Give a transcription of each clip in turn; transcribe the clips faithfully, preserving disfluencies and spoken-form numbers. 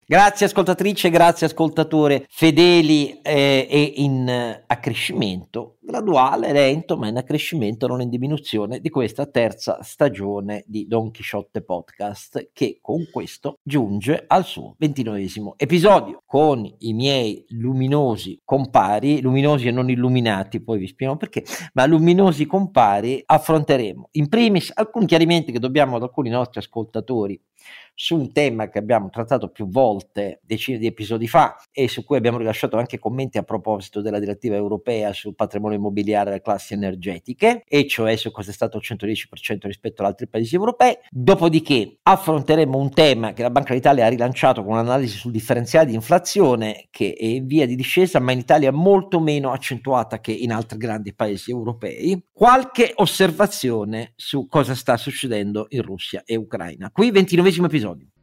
Grazie ascoltatrice, grazie ascoltatore, fedeli eh, e in eh, accrescimento, graduale, lento, ma in accrescimento, non in diminuzione, di questa terza stagione di Don Chisciotte Podcast, che con questo giunge al suo ventinovesimo episodio. Con i miei luminosi compari, luminosi e non illuminati, poi vi spiego perché, ma luminosi compari, affronteremo in primis alcuni chiarimenti che dobbiamo ad alcuni nostri ascoltatori su un tema che abbiamo trattato più volte decine di episodi fa e su cui abbiamo rilasciato anche commenti a proposito della direttiva europea sul patrimonio immobiliare delle classi energetiche, e cioè su cosa è stato il centodieci per cento rispetto ad altri paesi europei. Dopodiché affronteremo un tema che la Banca d'Italia ha rilanciato con un'analisi sul differenziale di inflazione che è in via di discesa, ma in Italia molto meno accentuata che in altri grandi paesi europei. Qualche osservazione su cosa sta succedendo in Russia e Ucraina. Qui ventinovesimo episodio.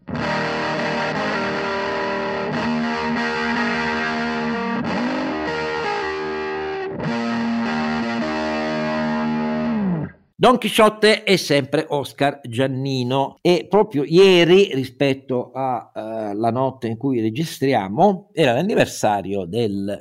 Don Chisciotte è sempre Oscar Giannino e proprio ieri, rispetto alla uh, notte in cui registriamo, era l'anniversario del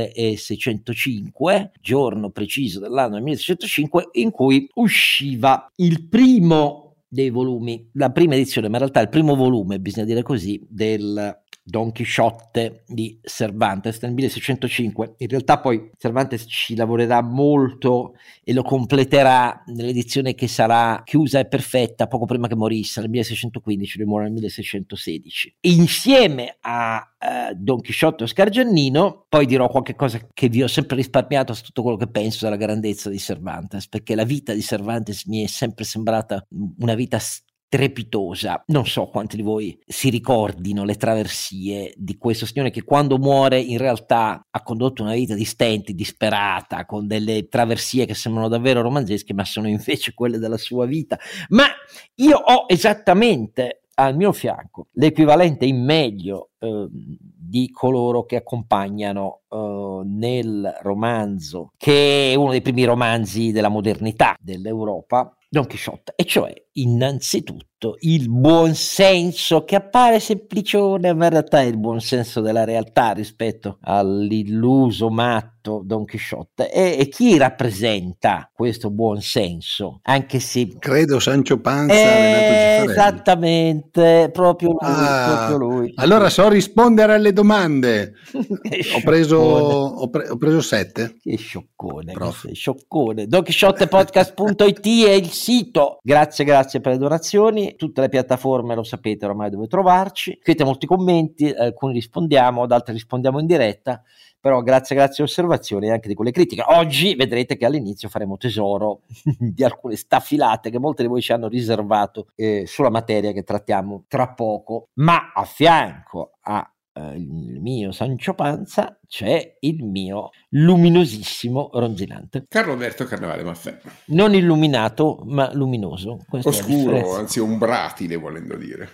milleseicentocinque, giorno preciso dell'anno milleseicentocinque, in cui usciva il primo dei volumi, la prima edizione, ma in realtà il primo volume, bisogna dire così, del Don Chisciotte di Cervantes nel milleseicentocinque. In realtà poi Cervantes ci lavorerà molto e lo completerà nell'edizione che sarà chiusa e perfetta poco prima che morisse, nel milleseicentoquindici, lui muore nel milleseicentosedici. Insieme a uh, Don Chisciotte e Oscar Giannino poi dirò qualche cosa che vi ho sempre risparmiato su tutto quello che penso della grandezza di Cervantes, perché la vita di Cervantes mi è sempre sembrata una vita strepitosa. Non so quanti di voi si ricordino le traversie di questo signore che quando muore in realtà ha condotto una vita di stenti, disperata, con delle traversie che sembrano davvero romanzesche, ma sono invece quelle della sua vita. Ma io ho esattamente al mio fianco l'equivalente in meglio eh, di coloro che accompagnano eh, nel romanzo, che è uno dei primi romanzi della modernità dell'Europa, Don Chisciotte, e cioè innanzitutto il buonsenso che appare semplicione, ma in realtà è il buonsenso della realtà rispetto all'illuso matto Don Chisciotte. E, e chi rappresenta questo buonsenso? Anche se credo Sancho Panza, eh, esattamente, proprio lui, ah, proprio lui. Allora so rispondere alle domande. ho, preso, ho, pre- ho preso sette. Che scioccone, che scioccone. Don Chisciotte Podcast punto it è il sito. Grazie, grazie per le donazioni. Tutte le piattaforme lo sapete ormai dove trovarci. Scrivete molti commenti, alcuni rispondiamo, ad altri rispondiamo in diretta. Però grazie, grazie alle osservazioni e anche di quelle critiche. Oggi vedrete che all'inizio faremo tesoro di alcune staffilate che molti di voi ci hanno riservato eh, sulla materia che trattiamo tra poco. Ma a fianco a eh, il mio Sancio Panza c'è il mio luminosissimo ronzinante Carlo Alberto Carnevale Maffè. Non illuminato, ma luminoso. Questa oscuro, anzi ombratile, volendo dire.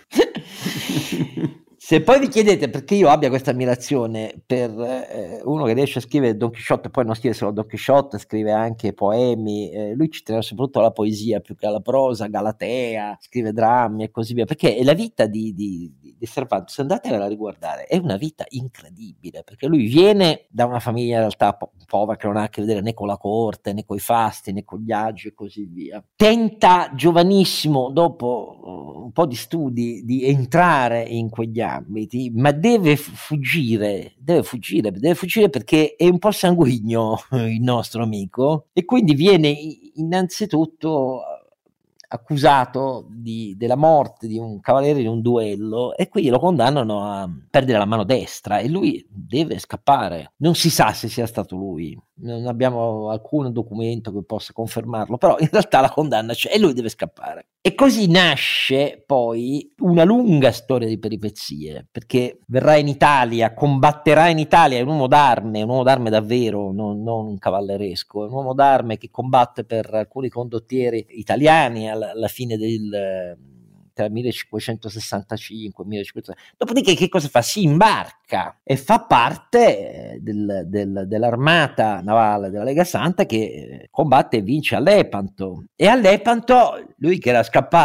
Se poi vi chiedete perché io abbia questa ammirazione per eh, uno che riesce a scrivere Don Chisciotte, poi non scrive solo Don Chisciotte, scrive anche poemi, eh, lui ci tiene soprattutto alla poesia più che alla prosa, Galatea, scrive drammi e così via, perché è la vita di, di, di Cervantes, andatevela a riguardare, è una vita incredibile, perché lui viene da una famiglia in realtà po- povera che non ha a che vedere né con la corte, né con i fasti, né con gli agi e così via. Tenta giovanissimo, dopo uh, un po' di studi, di entrare in quegli anni, ambiti, ma deve fuggire, deve fuggire, deve fuggire perché è un po' sanguigno il nostro amico e quindi viene innanzitutto accusato di, della morte di un cavaliere in un duello e quindi lo condannano a perdere la mano destra e lui deve scappare. Non si sa se sia stato lui, non abbiamo alcun documento che possa confermarlo, però in realtà la condanna c'è e lui deve scappare. E così nasce poi una lunga storia di peripezie, perché verrà in Italia, combatterà in Italia, è un uomo d'arme, un uomo d'arme davvero, non, non un cavalleresco, è un uomo d'arme che combatte per alcuni condottieri italiani alla, alla fine del tra millecinquecentosessantacinque e millecinquecentosessanta. Dopodiché che cosa fa? Si imbarca e fa parte del, del, dell'armata navale della Lega Santa che combatte e vince a Lepanto, e a Lepanto lui che era scappato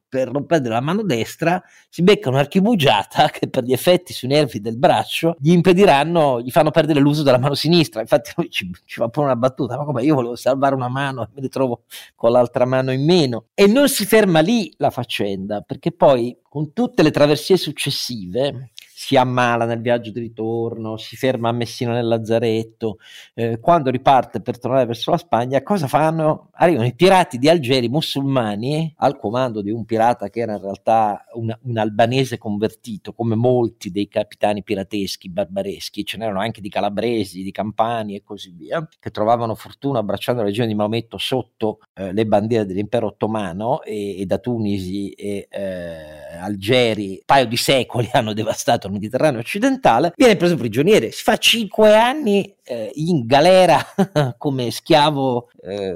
per non perdere la mano destra, si becca un'archibugiata che per gli effetti sui nervi del braccio gli impediranno, gli fanno perdere l'uso della mano sinistra. Infatti lui ci, ci fa pure una battuta: ma come, io volevo salvare una mano e mi ritrovo con l'altra mano in meno. E non si ferma lì la faccenda, perché poi con tutte le traversie successive si ammala nel viaggio di ritorno, si ferma a Messina nel lazzaretto, eh, quando riparte per tornare verso la Spagna, cosa fanno? Arrivano i pirati di Algeri musulmani al comando di un pirata che era in realtà un, un albanese convertito, come molti dei capitani pirateschi barbareschi. Ce n'erano anche di calabresi, di campani e così via, che trovavano fortuna abbracciando la regione di Maometto sotto eh, le bandiere dell'impero ottomano, e, e da Tunisi e eh, Algeri un paio di secoli hanno devastato il Mediterraneo occidentale. Viene preso prigioniero, si fa cinque anni eh, in galera come schiavo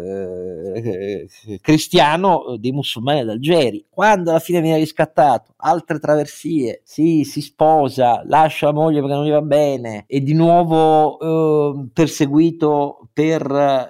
eh, cristiano dei musulmani ad Algeri. Quando alla fine viene riscattato, altre traversie, sì, si sposa, lascia la moglie perché non gli va bene, e di nuovo eh, perseguito per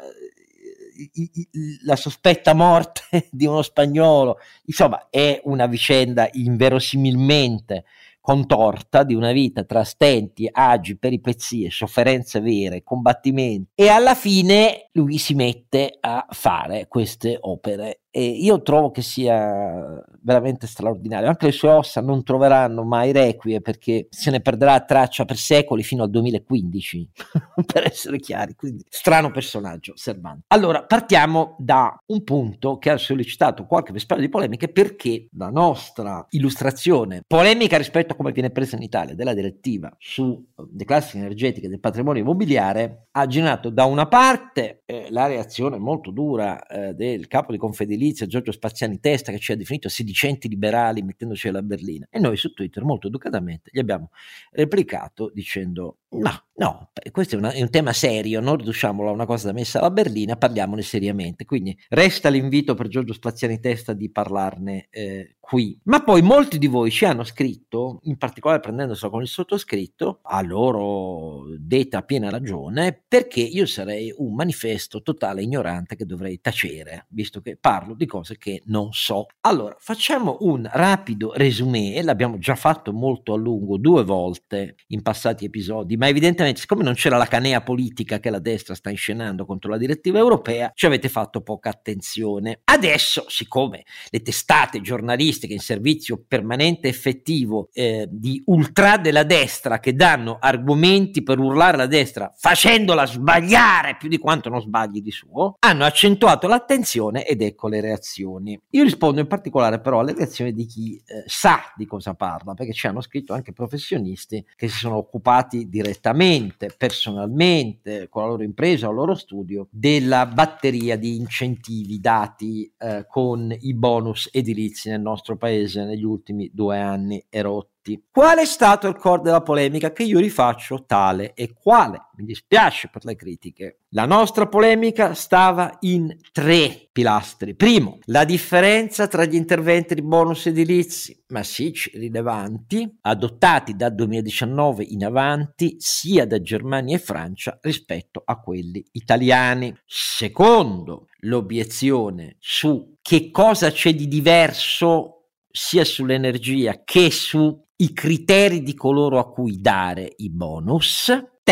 eh, la sospetta morte di uno spagnolo. Insomma, è una vicenda inverosimilmente contorta di una vita tra stenti, agi, peripezie, sofferenze vere, combattimenti, e alla fine lui si mette a fare queste opere. E io trovo che sia veramente straordinario. Anche le sue ossa non troveranno mai requie, perché se ne perderà traccia per secoli, fino al duemilaquindici per essere chiari. Quindi strano personaggio, Cervantes. Allora, partiamo da un punto che ha sollecitato qualche vespero di polemiche, perché la nostra illustrazione polemica rispetto a come viene presa in Italia della direttiva sulle classi energetiche del patrimonio immobiliare ha generato da una parte eh, la reazione molto dura eh, del capo di Confedilizia Giorgio Spaziani Testa, che ci ha definito sedicenti liberali mettendoci la berlina, e noi su Twitter molto educatamente gli abbiamo replicato dicendo: no, no, questo è, una, è un tema serio, non riduciamolo a una cosa da messa alla berlina, parliamone seriamente. Quindi resta l'invito per Giorgio Spaziani Testa di parlarne eh, qui. Ma poi molti di voi ci hanno scritto, in particolare prendendoselo con il sottoscritto, a loro detta piena ragione, perché io sarei un manifesto totale ignorante che dovrei tacere, visto che parlo di cose che non so. Allora, facciamo un rapido resumé, l'abbiamo già fatto molto a lungo due volte in passati episodi, ma evidentemente, siccome non c'era la canea politica che la destra sta inscenando contro la direttiva europea, ci avete fatto poca attenzione. Adesso, siccome le testate giornalistiche in servizio permanente effettivo eh, di ultra della destra, che danno argomenti per urlare la destra facendola sbagliare più di quanto non sbagli di suo, hanno accentuato l'attenzione, ed ecco le reazioni. Io rispondo in particolare però alle reazioni di chi eh, sa di cosa parla, perché ci hanno scritto anche professionisti che si sono occupati direttamente, personalmente, con la loro impresa o il loro studio, della batteria di incentivi dati eh, con i bonus edilizi nel nostro paese negli ultimi due anni erotti. Qual è stato il core della polemica, che io rifaccio tale e quale? Mi dispiace per le critiche. La nostra polemica stava in tre pilastri. Primo, la differenza tra gli interventi di bonus edilizi massicci rilevanti adottati dal duemiladiciannove in avanti sia da Germania e Francia rispetto a quelli italiani. Secondo, l'obiezione su che cosa c'è di diverso sia sull'energia che su i criteri di coloro a cui dare i bonus.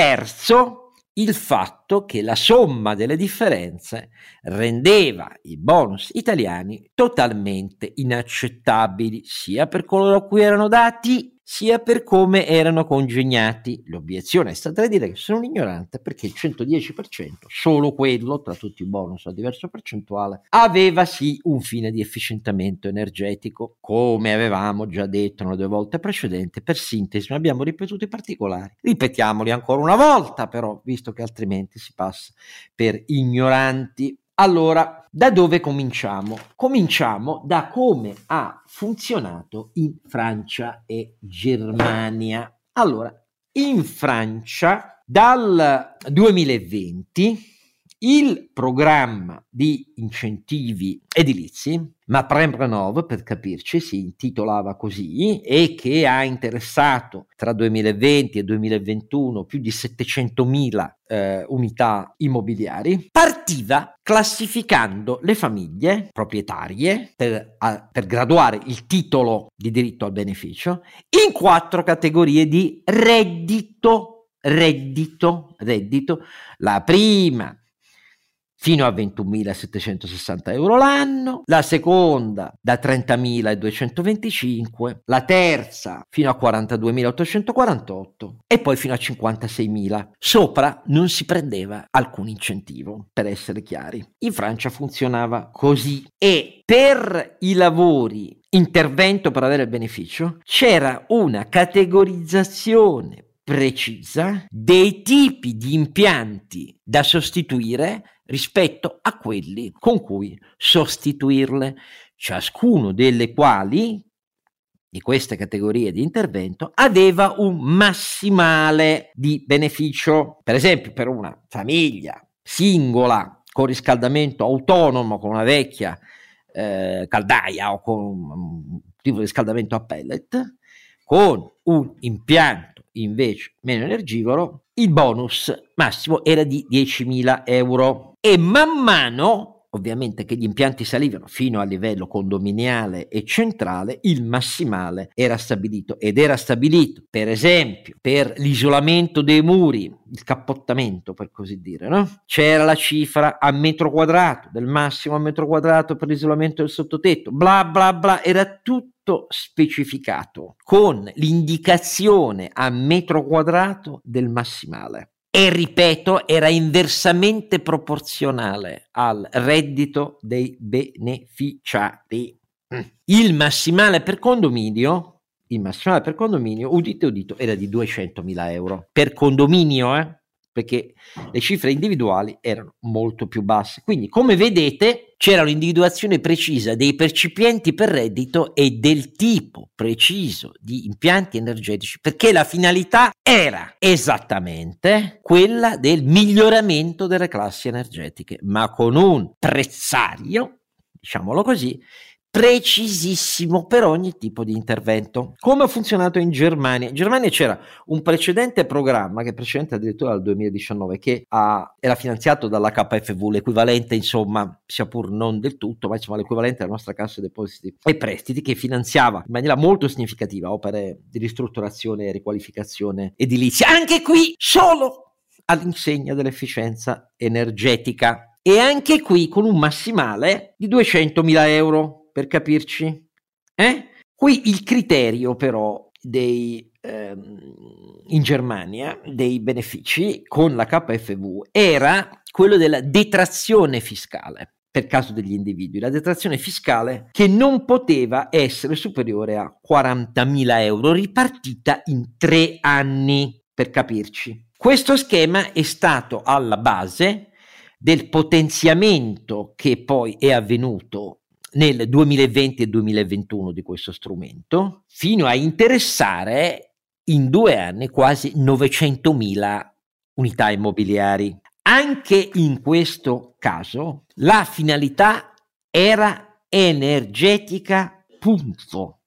Terzo, il fatto che la somma delle differenze rendeva i bonus italiani totalmente inaccettabili, sia per coloro a cui erano dati, sia per come erano congegnati. L'obiezione è stata di dire che sono un ignorante, perché il centodieci per cento, solo quello tra tutti i bonus a diverso percentuale, aveva sì un fine di efficientamento energetico, come avevamo già detto nelle due volte precedenti. Per sintesi non abbiamo ripetuto i particolari, ripetiamoli ancora una volta però, visto che altrimenti si passa per ignoranti. Allora, da dove cominciamo? Cominciamo da come ha funzionato in Francia e Germania. Allora, in Francia dal duemilaventi Il programma di incentivi edilizi, MaPrimeRénov' per capirci, si intitolava così, e che ha interessato tra duemilaventi e duemilaventuno più di settecentomila eh, unità immobiliari, partiva classificando le famiglie proprietarie per, a, per graduare il titolo di diritto al beneficio in quattro categorie di reddito, reddito, reddito. La prima fino a ventunomilasettecentosessanta euro l'anno, la seconda da trentamiladuecentoventicinque, la terza fino a quarantaduemilaottocentoquarantotto e poi fino a cinquantaseimila. Sopra non si prendeva alcun incentivo, per essere chiari. In Francia funzionava così, e per i lavori intervento per avere il beneficio c'era una categorizzazione precisa dei tipi di impianti da sostituire rispetto a quelli con cui sostituirle, ciascuno delle quali, di queste categorie di intervento, aveva un massimale di beneficio. Per esempio, per una famiglia singola con riscaldamento autonomo, con una vecchia eh, caldaia o con un tipo di riscaldamento a pellet, con un impianto invece meno energivoro, il bonus massimo era di diecimila euro. E man mano, ovviamente, che gli impianti salivano fino a livello condominiale e centrale, il massimale era stabilito, ed era stabilito, per esempio, per l'isolamento dei muri, il cappottamento per così dire, no? C'era la cifra a metro quadrato, del massimo a metro quadrato per l'isolamento del sottotetto, bla bla bla, era tutto specificato con l'indicazione a metro quadrato del massimale. E ripeto, era inversamente proporzionale al reddito dei beneficiari. Il massimale per condominio, il massimale per condominio, udite udito, era di duecentomila euro per condominio, eh? Perché le cifre individuali erano molto più basse. Quindi, come vedete, c'era un'individuazione precisa dei percipienti per reddito e del tipo preciso di impianti energetici, perché la finalità era esattamente quella del miglioramento delle classi energetiche, ma con un prezzario, diciamolo così, precisissimo per ogni tipo di intervento. Come ha funzionato in Germania? In Germania c'era un precedente programma, che è precedente addirittura dal duemiladiciannove, che ha, era finanziato dalla K F V, l'equivalente, insomma, sia pur non del tutto, ma insomma l'equivalente della nostra Cassa Depositi e Prestiti, che finanziava in maniera molto significativa opere di ristrutturazione e riqualificazione edilizia, anche qui solo all'insegna dell'efficienza energetica, e anche qui con un massimale di duecentomila euro. Per capirci, eh? Qui il criterio però dei ehm, in Germania dei benefici con la K F V era quello della detrazione fiscale per caso degli individui, la detrazione fiscale che non poteva essere superiore a quarantamila euro ripartita in tre anni, per capirci. Questo schema è stato alla base del potenziamento che poi è avvenuto nel duemilaventi e duemilaventuno di questo strumento, fino a interessare in due anni quasi novecentomila unità immobiliari. Anche in questo caso la finalità era energetica, punto.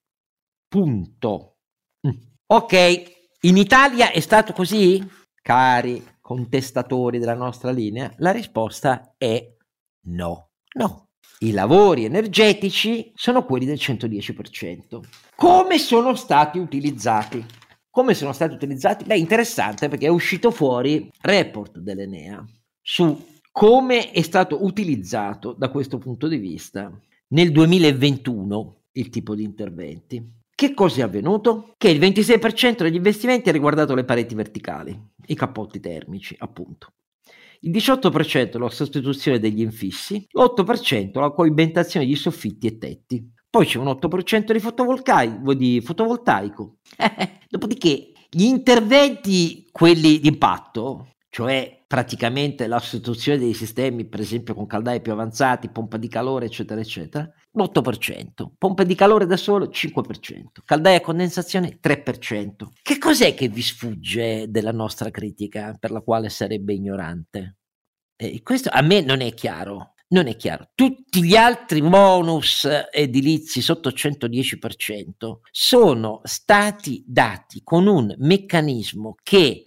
Punto. Mm. Ok, in Italia è stato così? Cari contestatori della nostra linea, la risposta è no. No. I lavori energetici sono quelli del centodieci per cento. Come sono stati utilizzati? Come sono stati utilizzati? Beh, interessante, perché è uscito fuori report dell'Enea su come è stato utilizzato da questo punto di vista nel duemilaventuno il tipo di interventi. Che cosa è avvenuto? Che il ventisei per cento degli investimenti ha riguardato le pareti verticali, i cappotti termici, appunto. Il diciotto per cento la sostituzione degli infissi, l'otto per cento la coibentazione di soffitti e tetti. Poi c'è un otto per cento di, fotovoltaico, di fotovoltaico. Dopodiché gli interventi, quelli di impatto, cioè praticamente la sostituzione dei sistemi, per esempio con caldaie più avanzati, pompa di calore, eccetera, eccetera, l'otto per cento. Pompa di calore da solo, cinque per cento. Caldaia a condensazione, tre per cento. Che cos'è che vi sfugge della nostra critica, per la quale sarebbe ignorante? E questo a me non è chiaro. Non è chiaro. Tutti gli altri bonus edilizi sotto il centodieci per cento sono stati dati con un meccanismo che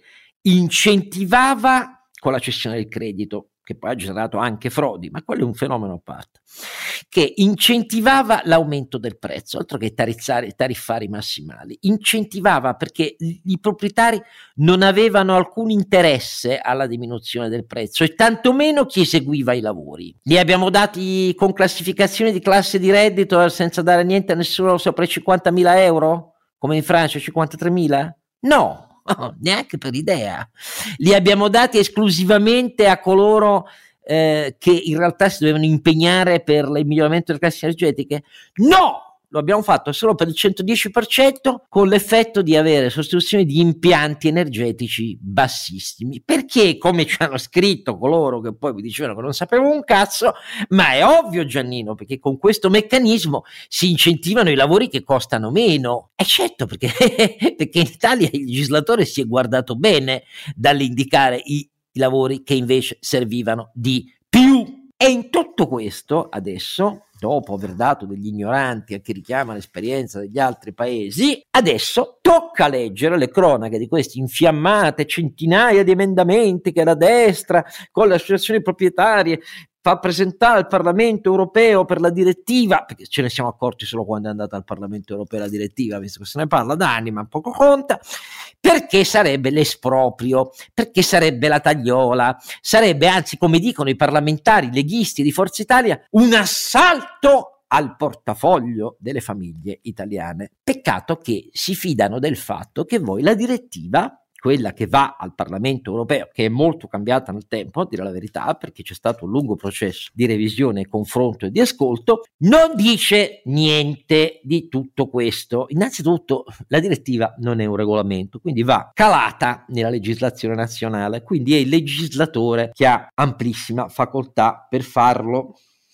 incentivava, con la cessione del credito, che poi ha generato anche frodi, ma quello è un fenomeno a parte, che incentivava l'aumento del prezzo, altro che tarizzare, tariffari massimali, incentivava perché i proprietari non avevano alcun interesse alla diminuzione del prezzo e tantomeno chi eseguiva i lavori. Li abbiamo dati con classificazione di classe di reddito senza dare niente a nessuno sopra i cinquantamila euro, come in Francia cinquantatremila? No. Oh, neanche per idea. Li abbiamo dati esclusivamente a coloro eh, che in realtà si dovevano impegnare per il miglioramento delle classi energetiche? No! Lo abbiamo fatto solo per il centodieci per cento con l'effetto di avere sostituzione di impianti energetici bassissimi. Perché, come ci hanno scritto coloro che poi vi dicevano che non sapevano un cazzo, ma è ovvio, Giannino, perché con questo meccanismo si incentivano i lavori che costano meno. E certo, perché, perché in Italia il legislatore si è guardato bene dall'indicare i, i lavori che invece servivano di più. E in tutto questo adesso, dopo aver dato degli ignoranti a chi richiama l'esperienza degli altri paesi, adesso tocca leggere le cronache di queste infiammate centinaia di emendamenti che la destra con le associazioni proprietarie fa presentare al Parlamento europeo per la direttiva, perché ce ne siamo accorti solo quando è andata al Parlamento europeo la direttiva, visto che se ne parla da anni ma poco conta, perché sarebbe l'esproprio, perché sarebbe la tagliola, sarebbe anzi, come dicono i parlamentari leghisti di Forza Italia, un assalto al portafoglio delle famiglie italiane. Peccato che si fidano del fatto che voi la direttiva, quella che va al Parlamento europeo, che è molto cambiata nel tempo, a dire la verità, perché c'è stato un lungo processo di revisione, confronto e di ascolto, non dice niente di tutto questo. Innanzitutto la direttiva non è un regolamento, quindi va calata nella legislazione nazionale, quindi è il legislatore che ha amplissima facoltà per farlo.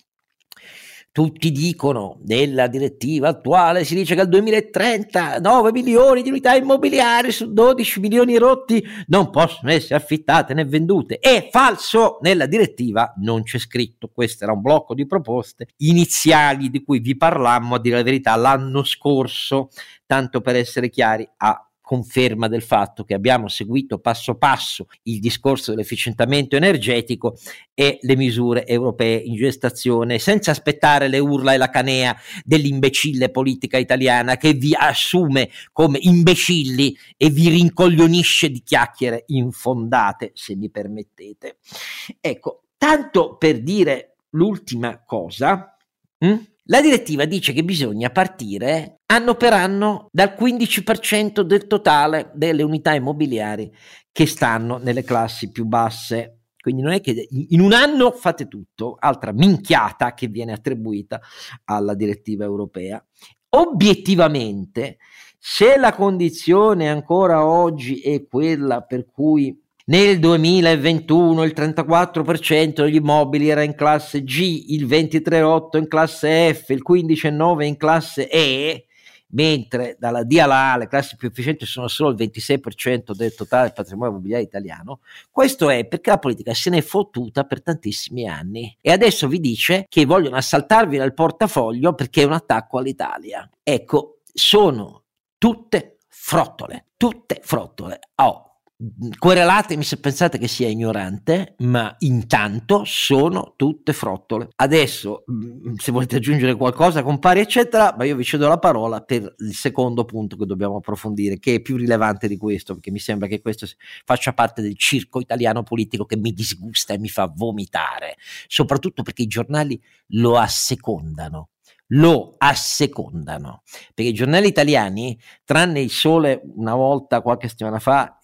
Tutti dicono, nella direttiva attuale si dice che al duemilatrenta nove milioni di unità immobiliari su dodici milioni rotti non possono essere affittate né vendute. È falso, nella direttiva non c'è scritto. Questo era un blocco di proposte iniziali di cui vi parlammo, a dire la verità, l'anno scorso, tanto per essere chiari, a conferma del fatto che abbiamo seguito passo passo il discorso dell'efficientamento energetico e le misure europee in gestazione, senza aspettare le urla e la canea dell'imbecille politica italiana che vi assume come imbecilli e vi rincoglionisce di chiacchiere infondate, se mi permettete. Ecco, tanto per dire l'ultima cosa, hm? La direttiva dice che bisogna partire anno per anno dal quindici per cento del totale delle unità immobiliari che stanno nelle classi più basse. Quindi non è che in un anno fate tutto, altra minchiata che viene attribuita alla direttiva europea. Obiettivamente, se la condizione ancora oggi è quella per cui nel duemilaventuno il trentaquattro per cento degli immobili era in classe G, il ventitré virgola otto per cento in classe F, il quindici virgola nove per cento in classe E, mentre dalla D alla A le classi più efficienti sono solo il ventisei per cento del totale patrimonio immobiliare italiano. Questo è perché la politica se n'è fottuta per tantissimi anni e adesso vi dice che vogliono assaltarvi nel portafoglio perché è un attacco all'Italia. Ecco, sono tutte frottole, tutte frottole. Oh, querelatemi se pensate che sia ignorante, ma intanto sono tutte frottole. Adesso, se volete aggiungere qualcosa, compari eccetera, ma io vi cedo la parola per il secondo punto che dobbiamo approfondire, che è più rilevante di questo, perché mi sembra che questo faccia parte del circo italiano politico che mi disgusta e mi fa vomitare, soprattutto perché i giornali lo assecondano. Lo assecondano, perché i giornali italiani, tranne il Sole una volta qualche settimana fa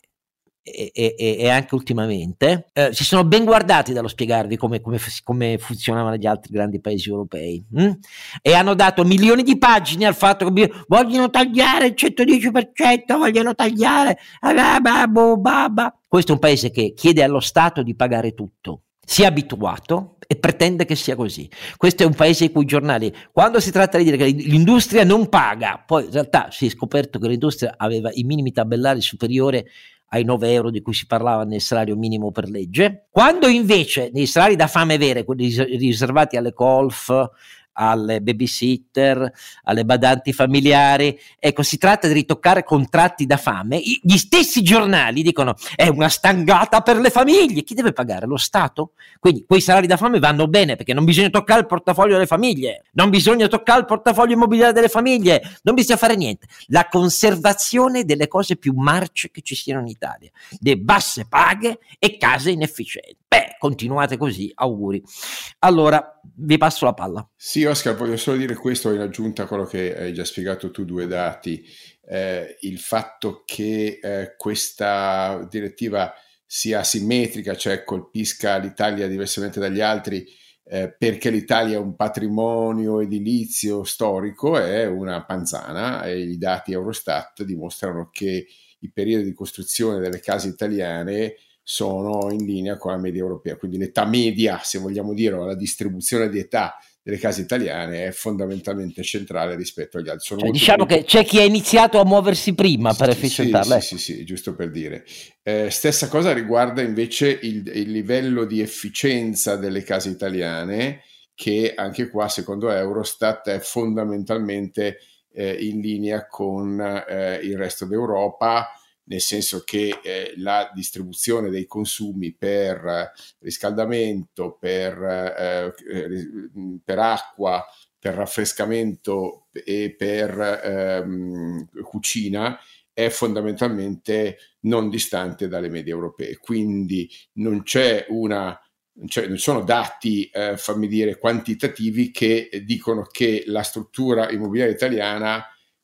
E, e, e anche ultimamente eh, si sono ben guardati dallo spiegarvi come, come, come funzionavano gli altri grandi paesi europei hm? E hanno dato milioni di pagine al fatto che vogliono tagliare il centodieci per cento, vogliono tagliare questo è un paese che chiede allo Stato di pagare tutto, si è abituato e pretende che sia così. Questo è un paese in cui i giornali, quando si tratta di dire che l'industria non paga, poi in realtà si è scoperto che l'industria aveva i minimi tabellari superiori ai nove euro di cui si parlava nel salario minimo per legge, quando invece nei salari da fame vere, quelli riservati alle colf, alle babysitter, alle badanti familiari, ecco, si tratta di ritoccare contratti da fame, gli stessi giornali dicono è una stangata per le famiglie. Chi deve pagare? Lo Stato? Quindi quei salari da fame vanno bene perché non bisogna toccare il portafoglio delle famiglie, non bisogna toccare il portafoglio immobiliare delle famiglie, non bisogna fare niente. La conservazione delle cose più marce che ci siano in Italia, le basse paghe e case inefficienti. Beh, continuate così, auguri. Allora, vi passo la palla. Sì, Oscar, voglio solo dire questo in aggiunta a quello che hai già spiegato tu, due dati. Eh, il fatto che eh, questa direttiva sia asimmetrica, cioè colpisca l'Italia diversamente dagli altri, eh, perché l'Italia è un patrimonio edilizio storico, è una panzana, e i dati Eurostat dimostrano che i periodi di costruzione delle case italiane sono in linea con la media europea, quindi l'età media, se vogliamo dire, la distribuzione di età delle case italiane è fondamentalmente centrale rispetto agli altri. Sono cioè, diciamo molto... che c'è chi ha iniziato a muoversi prima, sì, per efficientarla. Sì, sì, sì, sì, giusto per dire. Eh, stessa cosa riguarda invece il, il livello di efficienza delle case italiane, che anche qua, secondo Eurostat, è fondamentalmente eh, in linea con eh, il resto d'Europa, nel senso che eh, la distribuzione dei consumi per eh, riscaldamento, per, eh, per acqua, per raffrescamento e per ehm, cucina è fondamentalmente non distante dalle medie europee. Quindi non c'è una, cioè non sono dati, eh, fammi dire, quantitativi che dicono che la struttura immobiliare italiana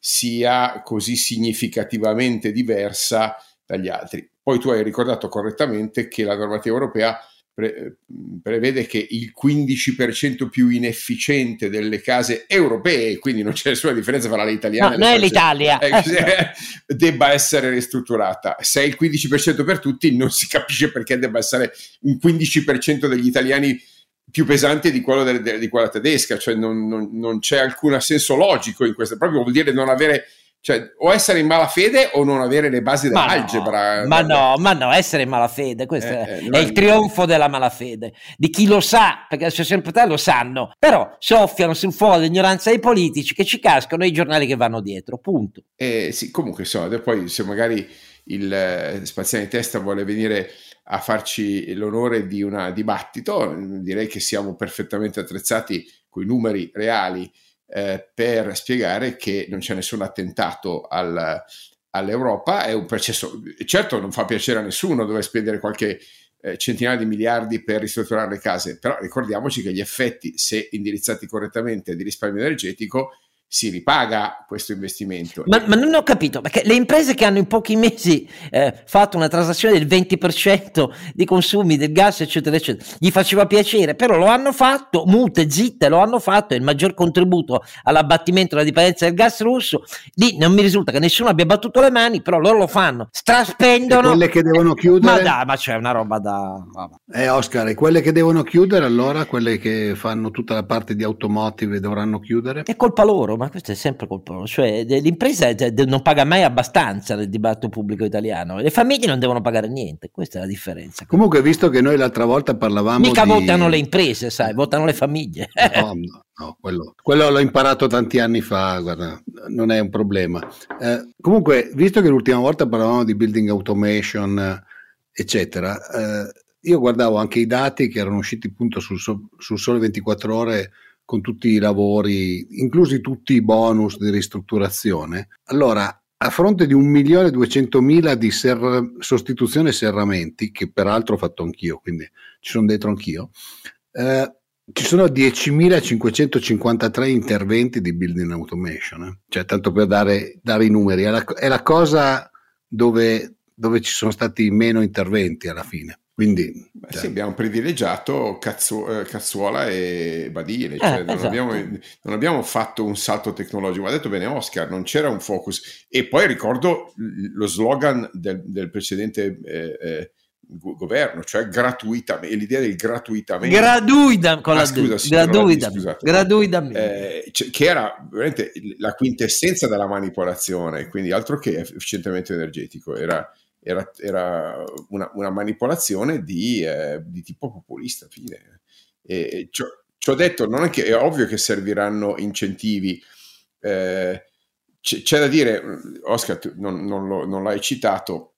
sia così significativamente diversa dagli altri. Poi tu hai ricordato correttamente che la normativa europea pre- prevede che il quindici per cento più inefficiente delle case europee, quindi non c'è nessuna differenza tra le italiane no, e non è l'Italia, eh, debba essere ristrutturata. Se è il quindici per cento per tutti, non si capisce perché debba essere un quindici per cento degli italiani più pesante di quello de, de, di quella tedesca, cioè non, non, non c'è alcun senso logico in questo, proprio vuol dire non avere, cioè o essere in malafede o non avere le basi dell'algebra. No, ma no, ma no, essere in malafede, questo eh, è, eh, è il trionfo della malafede, di chi lo sa, perché c'è sempre te lo sanno, però soffiano sul fuoco dell'ignoranza dei politici che ci cascano e i giornali che vanno dietro, punto. Eh, sì, comunque insomma, poi se magari il eh, Spaziani Testa vuole venire a farci l'onore di un dibattito, direi che siamo perfettamente attrezzati con i numeri reali eh, per spiegare che non c'è nessun attentato al, all'Europa, è un processo, certo non fa piacere a nessuno dover spendere qualche eh, centinaia di miliardi per ristrutturare le case, però ricordiamoci che gli effetti, se indirizzati correttamente, di risparmio energetico, si ripaga questo investimento. Ma, ma non ho capito, perché le imprese che hanno in pochi mesi eh, fatto una transazione del venti per cento di consumi del gas, eccetera, eccetera, gli faceva piacere, però lo hanno fatto, mute, zitte, lo hanno fatto, è il maggior contributo all'abbattimento della dipendenza del gas russo. Lì non mi risulta che nessuno abbia battuto le mani, però loro lo fanno, straspendono. E quelle che devono chiudere? Ma dai, ma c'è una roba da... Vabbè. Eh Oscar, e quelle che devono chiudere allora, quelle che fanno tutta la parte di automotive dovranno chiudere? È colpa loro, ma questo è sempre colpa loro, cioè l'impresa non paga mai abbastanza nel dibattito pubblico italiano, le famiglie non devono pagare niente, questa è la differenza. Comunque, visto che noi l'altra volta parlavamo mica di... votano le imprese, sai, votano le famiglie. No, no, no quello, quello l'ho imparato tanti anni fa, guarda, non è un problema. Eh, comunque, visto che l'ultima volta parlavamo di building automation, eccetera, eh, io guardavo anche i dati che erano usciti appunto sul, sul Sole ventiquattro Ore, con tutti i lavori, inclusi tutti i bonus di ristrutturazione. Allora, a fronte di un milione duecentomila di ser- sostituzione e serramenti, che peraltro ho fatto anch'io, quindi ci sono dentro anch'io, eh, ci sono diecimilacinquecentocinquantatré interventi di building automation, eh? Cioè tanto per dare, dare i numeri, è la, è la cosa dove, dove ci sono stati meno interventi alla fine. Quindi Beh, cioè. Sì, abbiamo privilegiato Cazzu- eh, Cazzuola e Badile, cioè eh, non, esatto. abbiamo, non abbiamo fatto un salto tecnologico. Ha detto bene Oscar, non c'era un focus. E poi ricordo lo slogan del, del precedente eh, eh, governo, cioè gratuitamente, l'idea del gratuitamente. Gratuita, con ah, la scusa, sì, gratuita, scusate, gratuitamente. Eh, cioè, che era veramente la quintessenza della manipolazione, quindi altro che efficientamento energetico, era era, era una, una manipolazione di, eh, di tipo populista, fine. E ci ho detto, non è che è ovvio che serviranno incentivi, eh, c'è, c'è da dire, Oscar, tu non, non, lo, non l'hai citato,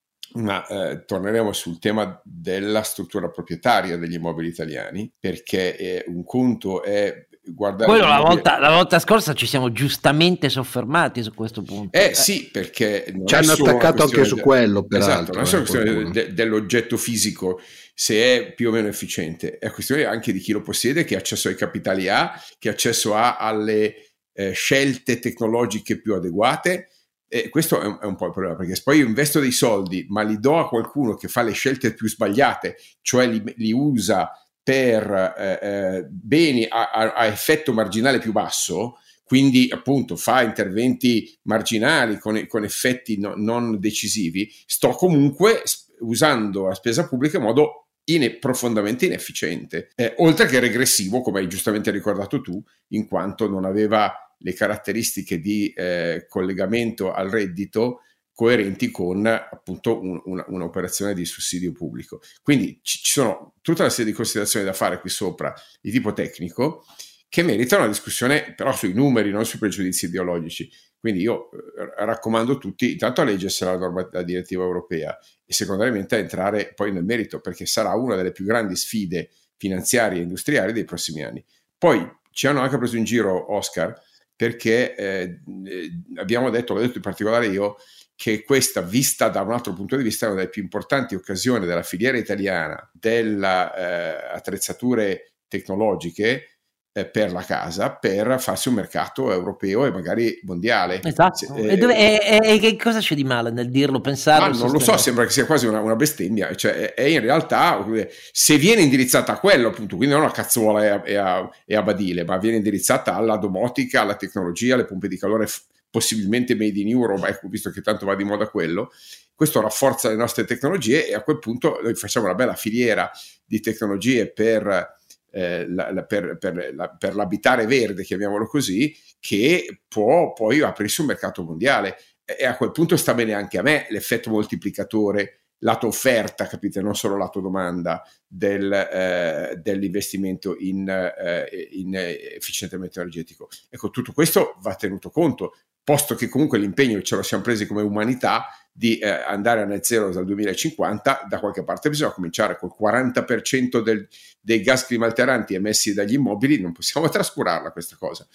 ma eh, torneremo sul tema della struttura proprietaria degli immobili italiani, perché eh, un conto è guardare quello la immobili... volta, la volta scorsa ci siamo giustamente soffermati su questo punto. Eh sì, perché non ci è hanno solo attaccato anche su de... quello, peraltro. Esatto, non è solo eh, questione de- dell'oggetto fisico, se è più o meno efficiente, è questione anche di chi lo possiede, che accesso ai capitali ha, che accesso ha alle eh, scelte tecnologiche più adeguate. E questo è un, è un po' il problema, perché se poi io investo dei soldi ma li do a qualcuno che fa le scelte più sbagliate, cioè li, li usa per eh, eh, beni a, a, a effetto marginale più basso, quindi appunto fa interventi marginali con, con effetti no, non decisivi, sto comunque usando la spesa pubblica in modo in, profondamente inefficiente, eh, oltre che regressivo, come hai giustamente ricordato tu, in quanto non aveva le caratteristiche di eh, collegamento al reddito coerenti con appunto un, una, un'operazione di sussidio pubblico. Quindi ci, ci sono tutta una serie di considerazioni da fare qui sopra di tipo tecnico che meritano una discussione però sui numeri, non sui pregiudizi ideologici. Quindi io eh, raccomando tutti intanto a leggersi la, norma, la direttiva europea e secondariamente a entrare poi nel merito, perché sarà una delle più grandi sfide finanziarie e industriali dei prossimi anni. Poi ci hanno anche preso in giro, Oscar, perché eh, abbiamo detto, l'ho detto in particolare io, che questa, vista da un altro punto di vista, è una delle più importanti occasioni della filiera italiana delle eh, attrezzature tecnologiche eh, per la casa, per farsi un mercato europeo e magari mondiale. Esatto. Eh, e, dove, e, e che cosa c'è di male nel dirlo, pensarlo? Ma non lo so, sembra che sia quasi una, una bestemmia, cioè è in realtà, se viene indirizzata a quello appunto, quindi non a cazzuola e a, e, a, e a badile, ma viene indirizzata alla domotica, alla tecnologia, alle pompe di calore possibilmente made in Europe, ecco, visto che tanto va di moda quello, questo rafforza le nostre tecnologie e a quel punto noi facciamo una bella filiera di tecnologie per, eh, la, la, per, per, la, per l'abitare verde, chiamiamolo così, che può poi aprirsi un mercato mondiale. E a quel punto sta bene anche a me l'effetto moltiplicatore, lato offerta, capite, non solo lato domanda del, eh, dell'investimento in, eh, in efficientamento energetico. Ecco, tutto questo va tenuto conto, posto che comunque l'impegno ce lo siamo presi come umanità di eh, andare a net zero dal duemilacinquanta, da qualche parte bisogna cominciare col quaranta per cento del, dei gas climalteranti emessi dagli immobili, non possiamo trascurarla questa cosa.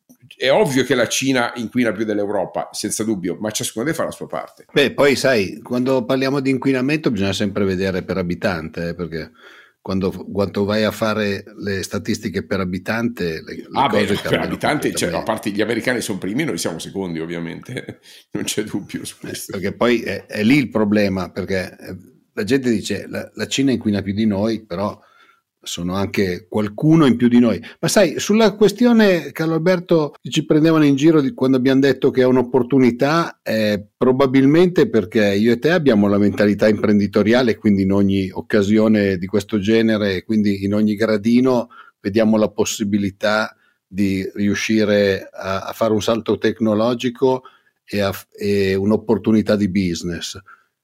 È ovvio che la Cina inquina più dell'Europa, senza dubbio, ma ciascuno deve fare la sua parte. Beh, poi sai, quando parliamo di inquinamento bisogna sempre vedere per abitante, eh, perché quando, quando vai a fare le statistiche per abitante, le, le ah cose beh, per abitante, cioè, a parte gli americani sono primi, noi siamo secondi, ovviamente, non c'è dubbio su questo. Eh, perché poi è, è lì il problema, perché la gente dice la, la Cina inquina più di noi, però sono anche qualcuno in più di noi. Ma sai, sulla questione, Carlo Alberto, ci prendevano in giro di quando abbiamo detto che è un'opportunità, eh, probabilmente perché io e te abbiamo la mentalità imprenditoriale, quindi in ogni occasione di questo genere, quindi in ogni gradino vediamo la possibilità di riuscire a, a fare un salto tecnologico e, a, e un'opportunità di business.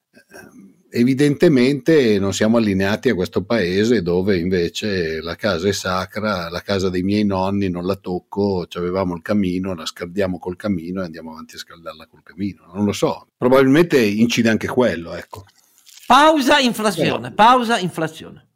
Evidentemente non siamo allineati a questo paese dove invece la casa è sacra, la casa dei miei nonni non la tocco, avevamo il camino, la scaldiamo col camino e andiamo avanti a scaldarla col camino, non lo so, probabilmente incide anche quello, ecco. Pausa inflazione, pausa inflazione.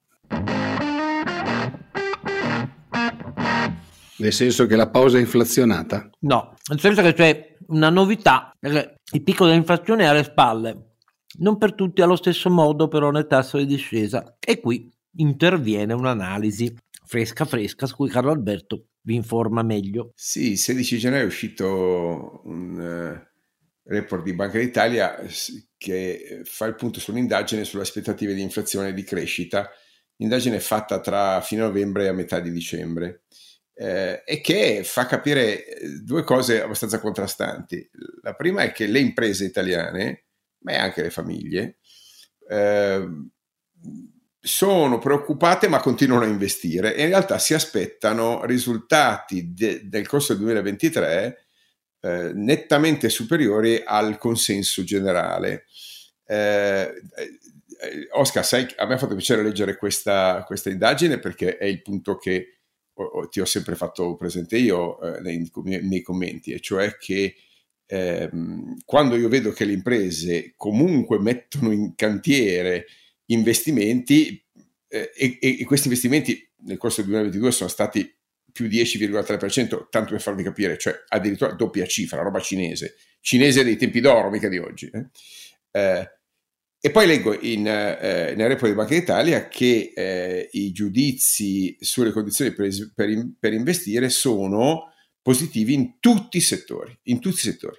Nel senso che la pausa è inflazionata? No, nel senso che c'è una novità, perché il picco dell'inflazione è alle spalle. Non per tutti allo stesso modo, però nel tasso di discesa. E qui interviene un'analisi fresca fresca su cui Carlo Alberto vi informa meglio. Sì, il sedici gennaio è uscito un uh, report di Banca d'Italia che fa il punto su un'indagine sulle aspettative di inflazione e di crescita. L'indagine è fatta tra fine novembre e a metà di dicembre. Eh, e che fa capire due cose abbastanza contrastanti. La prima è che le imprese italiane, ma anche le famiglie, eh, sono preoccupate ma continuano a investire e in realtà si aspettano risultati de- del corso del duemilaventitré eh, nettamente superiori al consenso generale. Eh, Oscar, sai, a me ha fatto piacere leggere questa, questa indagine, perché è il punto che ho, ho, ti ho sempre fatto presente io eh, nei, nei commenti, e cioè che ehm, quando io vedo che le imprese comunque mettono in cantiere investimenti eh, e, e questi investimenti nel corso del duemilaventidue sono stati più dieci virgola tre per cento, tanto per farvi capire, cioè addirittura doppia cifra, roba cinese, cinese dei tempi d'oro, mica di oggi. Eh? Eh, e poi leggo in, eh, nel report di Banca d'Italia che eh, i giudizi sulle condizioni per, per, per investire sono positivi in tutti i settori, in tutti i settori.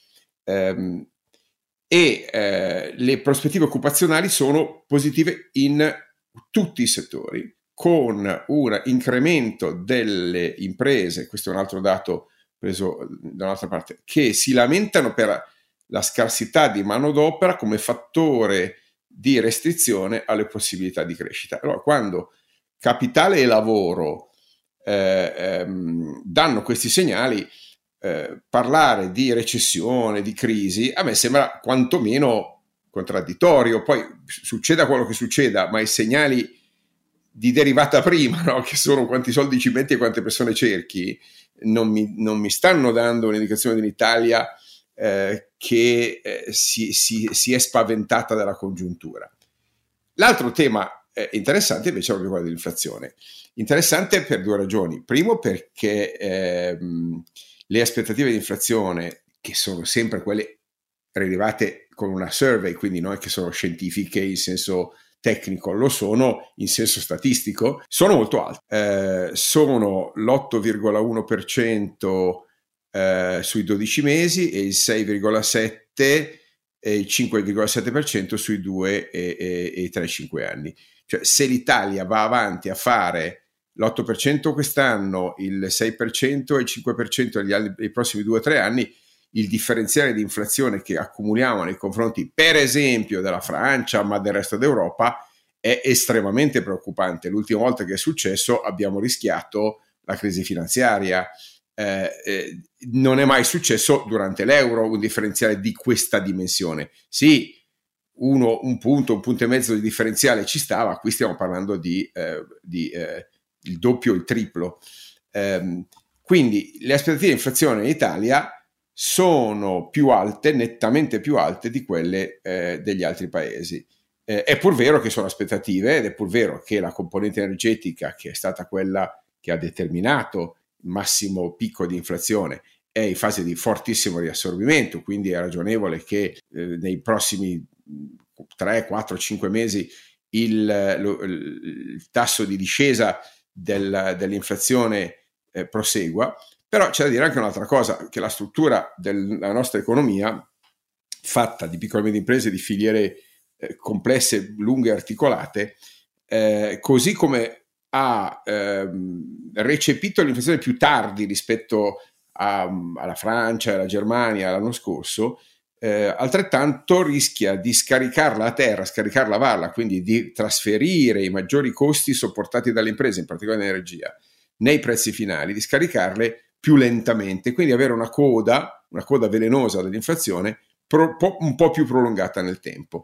Um, e eh, le prospettive occupazionali sono positive in tutti i settori, con un incremento delle imprese, questo è un altro dato preso da un'altra parte, che si lamentano per la scarsità di manodopera come fattore di restrizione alle possibilità di crescita. Allora, quando capitale e lavoro eh, ehm, danno questi segnali, eh, parlare di recessione, di crisi, a me sembra quantomeno contraddittorio. Poi succeda quello che succeda, ma i segnali di derivata prima, no? Che sono quanti soldi ci metti e quante persone cerchi, non mi, non mi stanno dando un'indicazione dell'Italia eh, che eh, si, si, si è spaventata dalla congiuntura. L'altro tema eh, interessante invece è proprio quello dell'inflazione. Interessante per due ragioni. Primo, perché ehm, le aspettative di inflazione, che sono sempre quelle rilevate con una survey, quindi non è che sono scientifiche in senso tecnico, lo sono in senso statistico, sono molto alte. Eh, sono l'otto virgola uno per cento eh, sui dodici mesi e il sei virgola sette per cento e il cinque virgola sette per cento sui due e, e, e i tre cinque anni. Cioè, se l'Italia va avanti a fare l'otto per cento quest'anno, il sei per cento e il cinque per cento negli anni, nei prossimi due o tre anni, il differenziale di inflazione che accumuliamo nei confronti, per esempio, della Francia, ma del resto d'Europa, è estremamente preoccupante. L'ultima volta che è successo abbiamo rischiato la crisi finanziaria. Eh, eh, non è mai successo durante l'euro un differenziale di questa dimensione. Sì, uno, un punto, un punto e mezzo di differenziale ci stava, qui stiamo parlando di, eh, di eh, il doppio, il triplo. Eh, quindi le aspettative di inflazione in Italia sono più alte, nettamente più alte di quelle eh, degli altri paesi. Eh, è pur vero che sono aspettative ed è pur vero che la componente energetica, che è stata quella che ha determinato il massimo picco di inflazione, è in fase di fortissimo riassorbimento, quindi è ragionevole che eh, nei prossimi tre, quattro, cinque mesi il, lo, il tasso di discesa del, dell'inflazione eh, prosegua. Però c'è da dire anche un'altra cosa, che la struttura della nostra economia, fatta di piccole e medie imprese, di filiere eh, complesse, lunghe e articolate, eh, così come ha ehm, recepito l'inflazione più tardi rispetto a, alla Francia e alla Germania l'anno scorso, eh, altrettanto rischia di scaricarla a terra, scaricarla a valle, quindi di trasferire i maggiori costi sopportati dalle imprese, in particolare l'energia, nei prezzi finali, di scaricarle più lentamente, quindi avere una coda, una coda velenosa dell'inflazione pro, po, un po' più prolungata nel tempo.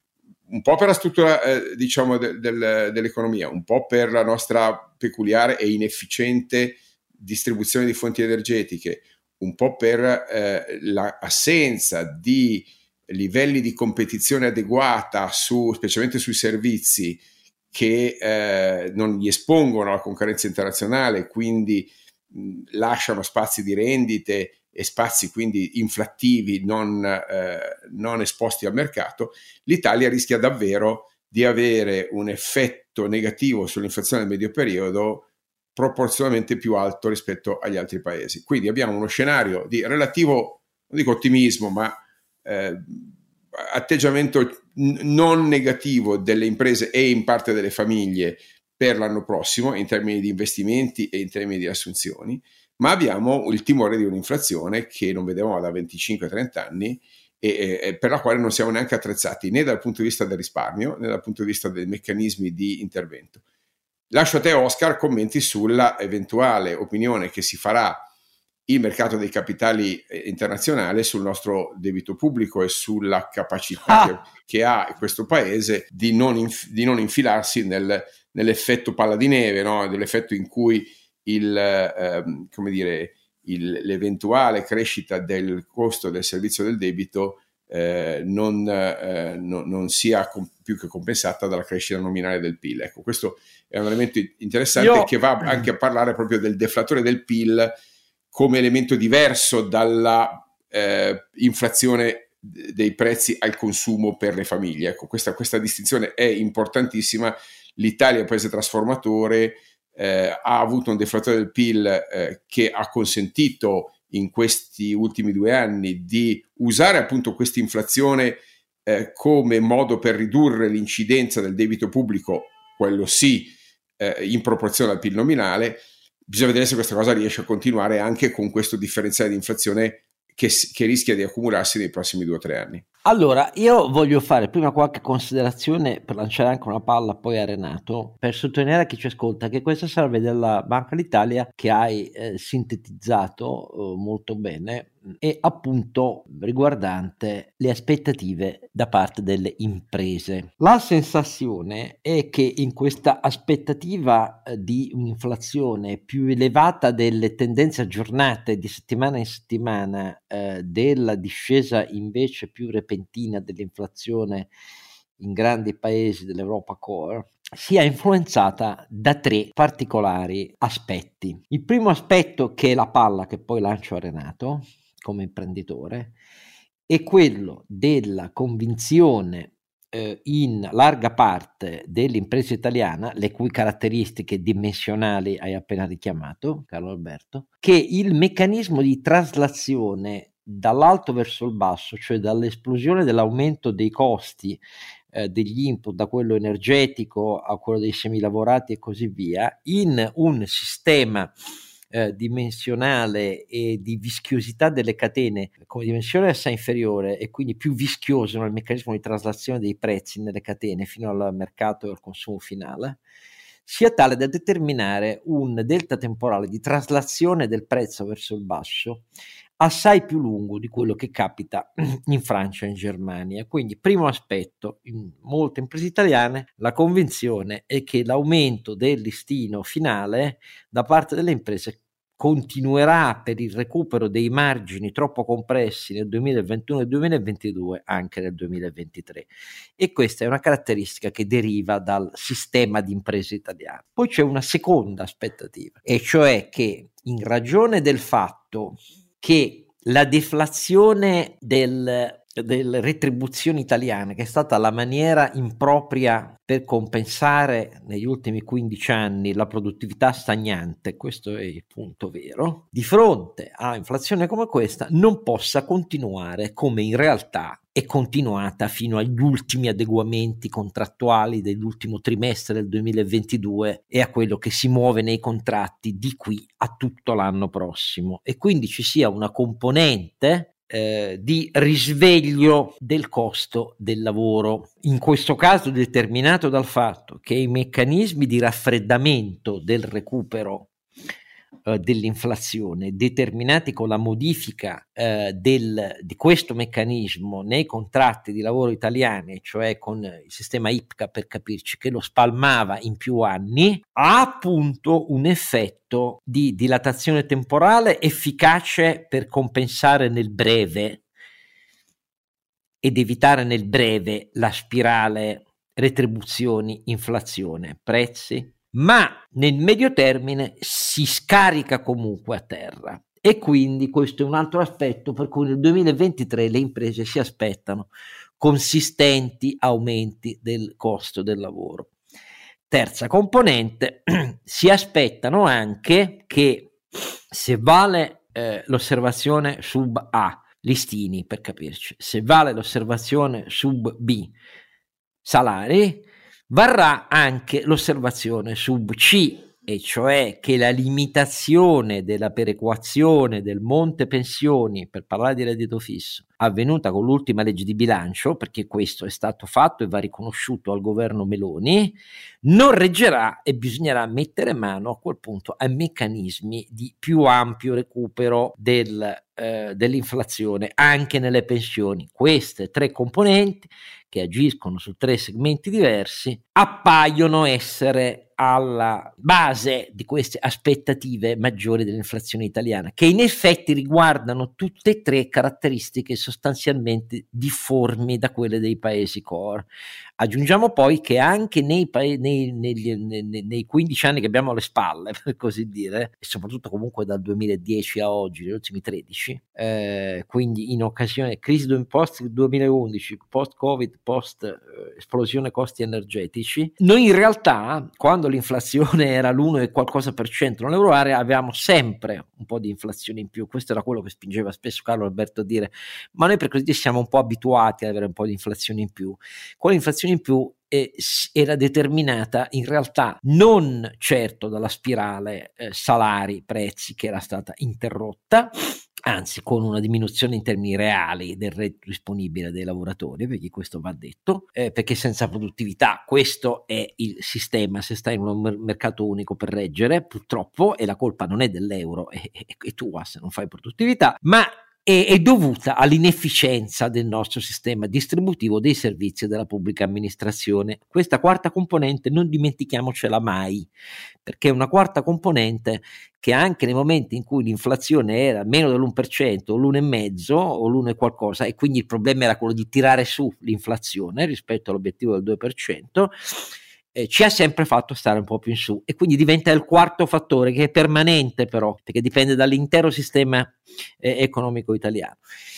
Un po' per la struttura eh, diciamo de, del, dell'economia, un po' per la nostra peculiare e inefficiente distribuzione di fonti energetiche, un po' per eh, l'assenza di livelli di competizione adeguata, su, specialmente sui servizi, che eh, non gli espongono alla concorrenza internazionale, quindi mh, lasciano spazi di rendite e spazi quindi inflattivi non, eh, non esposti al mercato. L'Italia rischia davvero di avere un effetto negativo sull'inflazione nel medio periodo proporzionalmente più alto rispetto agli altri paesi. Quindi abbiamo uno scenario di relativo, non dico ottimismo, ma eh, atteggiamento non negativo delle imprese e in parte delle famiglie per l'anno prossimo in termini di investimenti e in termini di assunzioni, ma abbiamo il timore di un'inflazione che non vedevamo da venticinque trenta anni e, e per la quale non siamo neanche attrezzati né dal punto di vista del risparmio né dal punto di vista dei meccanismi di intervento. Lascio a te, Oscar, commenti sulla eventuale opinione che si farà il mercato dei capitali internazionale sul nostro debito pubblico e sulla capacità ah. che, che ha questo paese di non, inf- di non infilarsi nel, nell'effetto palla di neve, no? Dell'effetto in cui il, eh, come dire, il, l'eventuale crescita del costo del servizio del debito eh, non, eh, no, non sia com- più che compensata dalla crescita nominale del P I L. Ecco, questo è un elemento interessante Io... che va anche a parlare proprio del deflatore del P I L come elemento diverso dalla eh, inflazione dei prezzi al consumo per le famiglie. Ecco, questa, questa distinzione è importantissima. L'Italia è un paese trasformatore, eh, ha avuto un deflatore del P I L eh, che ha consentito in questi ultimi due anni di usare appunto questa inflazione eh, come modo per ridurre l'incidenza del debito pubblico, quello sì, eh, in proporzione al P I L nominale. Bisogna vedere se questa cosa riesce a continuare anche con questo differenziale di inflazione che, che rischia di accumularsi nei prossimi due o tre anni. Allora, io voglio fare prima qualche considerazione per lanciare anche una palla poi a Renato, per sottolineare a chi ci ascolta che questa serve della Banca d'Italia che hai eh, sintetizzato eh, molto bene e appunto riguardante le aspettative da parte delle imprese. La sensazione è che in questa aspettativa eh, di un'inflazione più elevata delle tendenze aggiornate di settimana in settimana, eh, della discesa invece più repentina dell'inflazione in grandi paesi dell'Europa core, sia influenzata da tre particolari aspetti. Il primo aspetto, che è la palla che poi lancio a Renato come imprenditore, è quello della convinzione eh, in larga parte dell'impresa italiana, le cui caratteristiche dimensionali hai appena richiamato, Carlo Alberto, che il meccanismo di traslazione dall'alto verso il basso, cioè dall'esplosione dell'aumento dei costi eh, degli input, da quello energetico a quello dei semilavorati e così via, in un sistema eh, dimensionale e di vischiosità delle catene come dimensione assai inferiore e quindi più vischioso nel meccanismo di traslazione dei prezzi nelle catene fino al mercato e al consumo finale, sia tale da determinare un delta temporale di traslazione del prezzo verso il basso assai più lungo di quello che capita in Francia e in Germania. Quindi, primo aspetto, in molte imprese italiane la convinzione è che l'aumento del listino finale da parte delle imprese continuerà per il recupero dei margini troppo compressi nel duemilaventuno e duemilaventidue anche nel duemilaventitré, e questa è una caratteristica che deriva dal sistema di imprese italiane. Poi c'è una seconda aspettativa, e cioè che in ragione del fatto che la deflazione del, delle retribuzioni italiane, che è stata la maniera impropria per compensare negli ultimi quindici anni la produttività stagnante, questo è il punto vero, di fronte a inflazione come questa non possa continuare come in realtà è continuata fino agli ultimi adeguamenti contrattuali dell'ultimo trimestre del duemilaventidue e a quello che si muove nei contratti di qui a tutto l'anno prossimo, e quindi ci sia una componente Eh, di risveglio del costo del lavoro, in questo caso determinato dal fatto che i meccanismi di raffreddamento del recupero eh, dell'inflazione, determinati con la modifica eh, del, di questo meccanismo nei contratti di lavoro italiani, cioè con il sistema I P C A per capirci, che lo spalmava in più anni, ha appunto un effetto di dilatazione temporale efficace per compensare nel breve ed evitare nel breve la spirale retribuzioni, inflazione, prezzi, ma nel medio termine si scarica comunque a terra, e quindi questo è un altro aspetto per cui nel duemilaventitré le imprese si aspettano consistenti aumenti del costo del lavoro. Terza componente, si aspettano anche che, se vale eh, l'osservazione sub A, listini per capirci, se vale l'osservazione sub B, salari, varrà anche l'osservazione sub C e cioè che la limitazione della perequazione del monte pensioni, per parlare di reddito fisso, avvenuta con l'ultima legge di bilancio, perché questo è stato fatto e va riconosciuto al governo Meloni, non reggerà e bisognerà mettere mano a quel punto ai meccanismi di più ampio recupero del, eh, dell'inflazione anche nelle pensioni. Queste tre componenti, che agiscono su tre segmenti diversi, appaiono essere alla base di queste aspettative maggiori dell'inflazione italiana, che in effetti riguardano tutte e tre caratteristiche sostanzialmente difformi da quelle dei paesi core. Aggiungiamo poi che anche nei, pa- nei, negli, nei, nei quindici anni che abbiamo alle spalle, per così dire, e soprattutto comunque dal duemiladieci a oggi, negli ultimi tredici, eh, quindi in occasione crisi post duemilaundici, post Covid, post eh, esplosione costi energetici, noi in realtà, quando l'inflazione era l'uno e qualcosa per cento nell'euro area, avevamo sempre un po' di inflazione in più. Questo era quello che spingeva spesso Carlo Alberto a dire: ma noi per così dire siamo un po' abituati ad avere un po' di inflazione in più. Quell'inflazione in più eh, era determinata in realtà non certo dalla spirale eh, salari prezzi che era stata interrotta, anzi con una diminuzione in termini reali del reddito disponibile dei lavoratori, perché questo va detto, eh, perché senza produttività questo è il sistema, se stai in un mercato unico per reggere, purtroppo, e la colpa non è dell'euro, è, è, è tua se non fai produttività, ma è, è dovuta all'inefficienza del nostro sistema distributivo dei servizi della pubblica amministrazione. Questa quarta componente non dimentichiamocela mai, perché è una quarta componente che anche nei momenti in cui l'inflazione era meno dell'uno per cento o l'uno e mezzo o l'uno e qualcosa, e quindi il problema era quello di tirare su l'inflazione rispetto all'obiettivo del due per cento, eh, ci ha sempre fatto stare un po' più in su, e quindi diventa il quarto fattore, che è permanente però, perché dipende dall'intero sistema eh, economico italiano.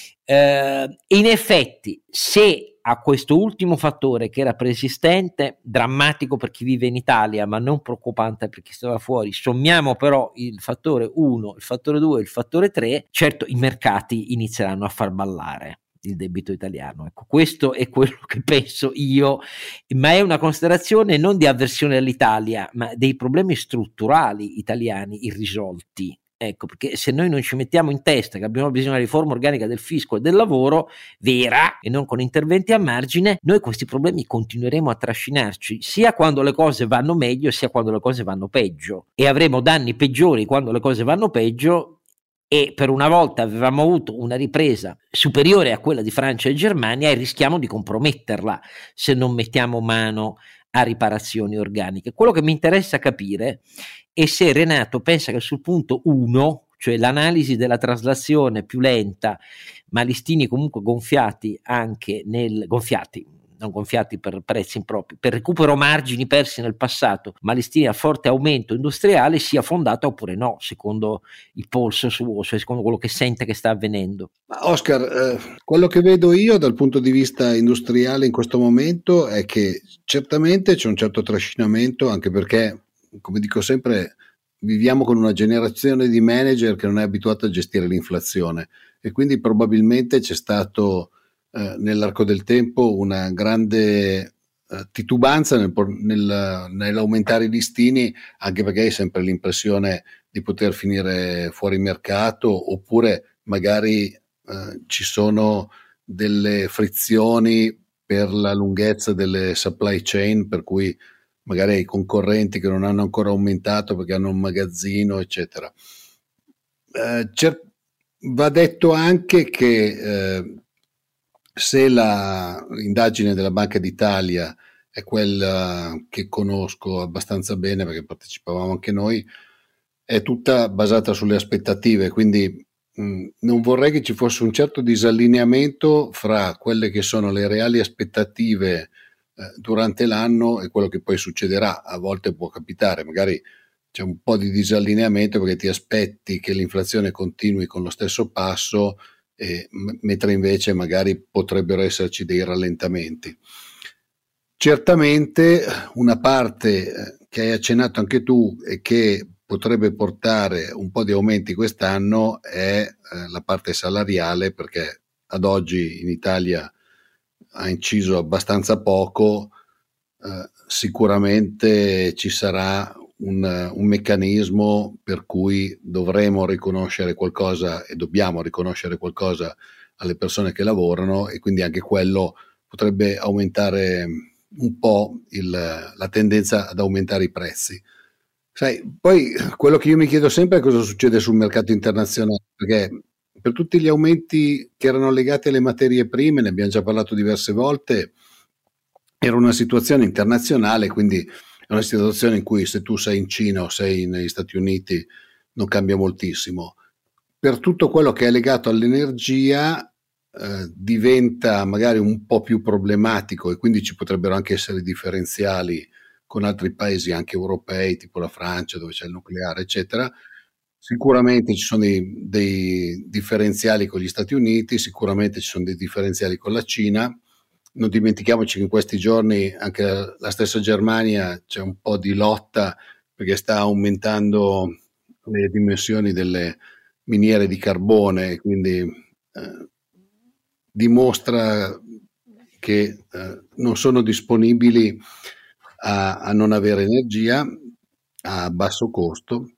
Eh, in effetti, se a questo ultimo fattore, che era preesistente, drammatico per chi vive in Italia ma non preoccupante per chi stava fuori, sommiamo però il fattore uno, il fattore due e il fattore tre, certo i mercati inizieranno a far ballare il debito italiano. Ecco, questo è quello che penso io, ma è una considerazione non di avversione all'Italia, ma dei problemi strutturali italiani irrisolti. Ecco, perché se noi non ci mettiamo in testa che abbiamo bisogno di una riforma organica del fisco e del lavoro vera e non con interventi a margine, noi questi problemi continueremo a trascinarci sia quando le cose vanno meglio sia quando le cose vanno peggio, e avremo danni peggiori quando le cose vanno peggio. E per una volta avevamo avuto una ripresa superiore a quella di Francia e Germania e rischiamo di comprometterla se non mettiamo mano a riparazioni organiche. Quello che mi interessa capire è se Renato pensa che sul punto uno, cioè l'analisi della traslazione più lenta, ma listini comunque gonfiati anche nel gonfiati non gonfiati per prezzi impropri, per recupero margini persi nel passato, ma listini a forte aumento industriale, sia fondata oppure no, secondo il polso suo, cioè secondo quello che sente che sta avvenendo. Ma Oscar, eh, quello che vedo io dal punto di vista industriale in questo momento è che certamente c'è un certo trascinamento, anche perché, come dico sempre, viviamo con una generazione di manager che non è abituata a gestire l'inflazione, e quindi probabilmente c'è stato Eh, nell'arco del tempo una grande eh, titubanza nel, nel, nell'aumentare i listini, anche perché hai sempre l'impressione di poter finire fuori mercato, oppure magari eh, ci sono delle frizioni per la lunghezza delle supply chain, per cui magari hai concorrenti che non hanno ancora aumentato perché hanno un magazzino, eccetera. Eh, cer- va detto anche che eh, se la indagine della Banca d'Italia è quella che conosco abbastanza bene perché partecipavamo anche noi, è tutta basata sulle aspettative, quindi mh, non vorrei che ci fosse un certo disallineamento fra quelle che sono le reali aspettative eh, durante l'anno e quello che poi succederà. A volte può capitare, magari c'è un po' di disallineamento perché ti aspetti che l'inflazione continui con lo stesso passo, E, mentre invece magari potrebbero esserci dei rallentamenti. Certamente una parte che hai accennato anche tu e che potrebbe portare un po' di aumenti quest'anno è eh, la parte salariale, perché ad oggi in Italia ha inciso abbastanza poco. Eh, sicuramente ci sarà un, un meccanismo per cui dovremo riconoscere qualcosa e dobbiamo riconoscere qualcosa alle persone che lavorano, e quindi anche quello potrebbe aumentare un po' il, la tendenza ad aumentare i prezzi. Sai, poi quello che io mi chiedo sempre è cosa succede sul mercato internazionale, perché per tutti gli aumenti che erano legati alle materie prime, ne abbiamo già parlato diverse volte, era una situazione internazionale, quindi è una situazione in cui se tu sei in Cina o sei negli Stati Uniti non cambia moltissimo. Per tutto quello che è legato all'energia eh, diventa magari un po' più problematico, e quindi ci potrebbero anche essere differenziali con altri paesi anche europei, tipo la Francia, dove c'è il nucleare, eccetera. Sicuramente ci sono dei, dei differenziali con gli Stati Uniti, sicuramente ci sono dei differenziali con la Cina. Non dimentichiamoci che in questi giorni anche la stessa Germania c'è un po' di lotta perché sta aumentando le dimensioni delle miniere di carbone, quindi eh, dimostra che eh, non sono disponibili a, a non avere energia a basso costo.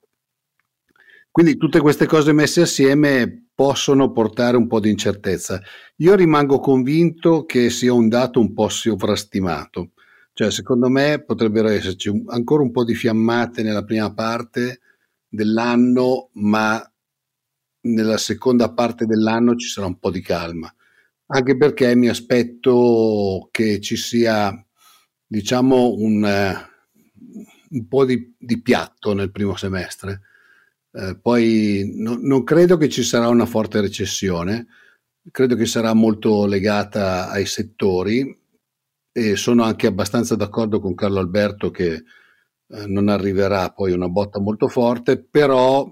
Quindi tutte queste cose messe assieme possono portare un po' di incertezza. Io rimango convinto che sia un dato un po' sovrastimato, cioè secondo me potrebbero esserci un, ancora un po' di fiammate nella prima parte dell'anno, ma nella seconda parte dell'anno ci sarà un po' di calma, anche perché mi aspetto che ci sia, diciamo, un, eh, un po' di, di piatto nel primo semestre. Eh, poi no, non credo che ci sarà una forte recessione, credo che sarà molto legata ai settori, e sono anche abbastanza d'accordo con Carlo Alberto che eh, non arriverà poi una botta molto forte, però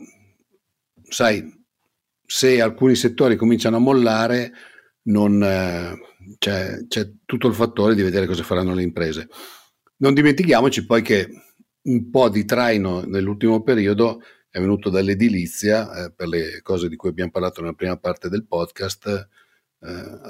sai, se alcuni settori cominciano a mollare non, eh, c'è, c'è tutto il fattore di vedere cosa faranno le imprese. Non dimentichiamoci poi che un po' di traino nell'ultimo periodo è venuto dall'edilizia, eh, per le cose di cui abbiamo parlato nella prima parte del podcast, eh,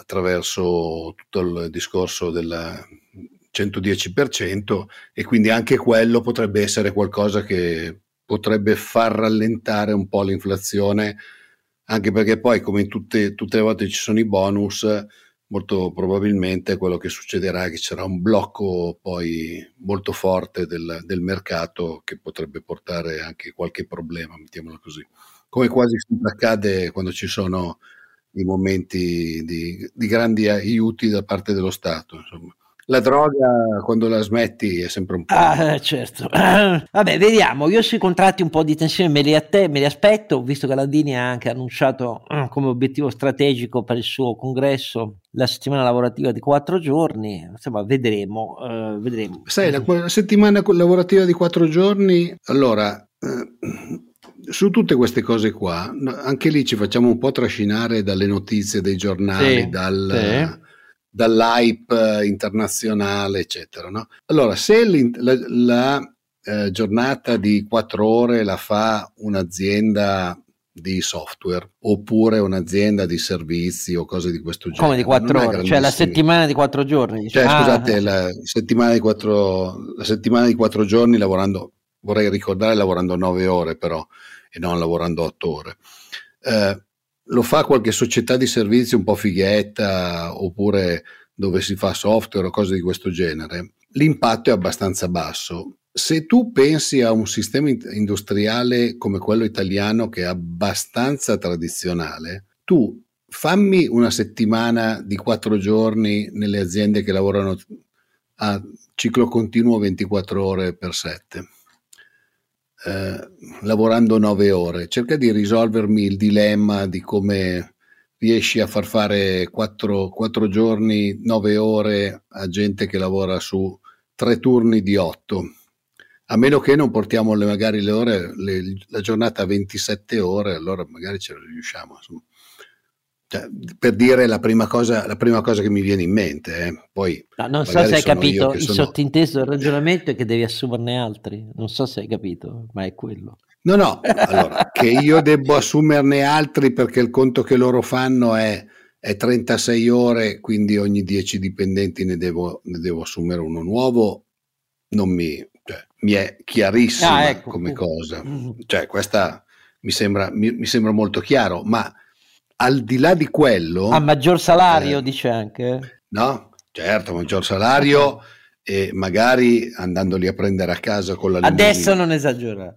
attraverso tutto il discorso del centodieci per cento, e quindi anche quello potrebbe essere qualcosa che potrebbe far rallentare un po' l'inflazione, anche perché poi, come in tutte, tutte le volte ci sono i bonus, molto probabilmente quello che succederà è che ci sarà un blocco poi molto forte del, del mercato, che potrebbe portare anche qualche problema, mettiamolo così, come quasi sempre accade quando ci sono i momenti di, di grandi aiuti da parte dello Stato, insomma. La droga, quando la smetti, è sempre un po'... Ah, certo. Vabbè, vediamo. Io sui contratti un po' di tensione me li, a te, me li aspetto, visto che Landini ha anche annunciato uh, come obiettivo strategico per il suo congresso la settimana lavorativa di quattro giorni. Insomma, vedremo. Uh, vedremo. Sai, la, la settimana lavorativa di quattro giorni, allora... Eh, su tutte queste cose qua, anche lì ci facciamo un po' trascinare dalle notizie dei giornali, sì, dal... sì. dall'hype internazionale, eccetera, no? Allora, se la, la eh, giornata di quattro ore la fa un'azienda di software oppure un'azienda di servizi o cose di questo genere, come di quattro ore, cioè la settimana di quattro giorni, cioè ah, scusate, la settimana di quattro, la settimana di quattro giorni lavorando, vorrei ricordare, lavorando nove ore però, e non lavorando otto ore. Eh, lo fa qualche società di servizi un po' fighetta, oppure dove si fa software o cose di questo genere, l'impatto è abbastanza basso. Se tu pensi a un sistema industriale come quello italiano, che è abbastanza tradizionale, tu fammi una settimana di quattro giorni nelle aziende che lavorano a ciclo continuo ventiquattro ore per sette. Eh, lavorando nove ore, cerca di risolvermi il dilemma di come riesci a far fare quattro, quattro giorni, nove ore a gente che lavora su tre turni di otto, a meno che non portiamo le, magari le ore, le, la giornata a ventisette ore, allora magari ce la riusciamo, insomma. Cioè, per dire la prima cosa, la prima cosa che mi viene in mente, eh. Poi no, non so se hai capito, il sono... sottinteso del ragionamento è che devi assumerne altri, non so se hai capito, ma è quello. No, no, allora, che io debbo assumerne altri perché il conto che loro fanno è, è trentasei ore, quindi ogni dieci dipendenti ne devo, ne devo assumere uno nuovo, non mi, Cioè, mi è chiarissima ah, ecco. come cosa, cioè questa mi sembra, mi, mi sembra molto chiaro, ma al di là di quello... A maggior salario, eh, dice anche. No, certo, maggior salario e magari andandoli a prendere a casa con la limusina. Adesso non esagera.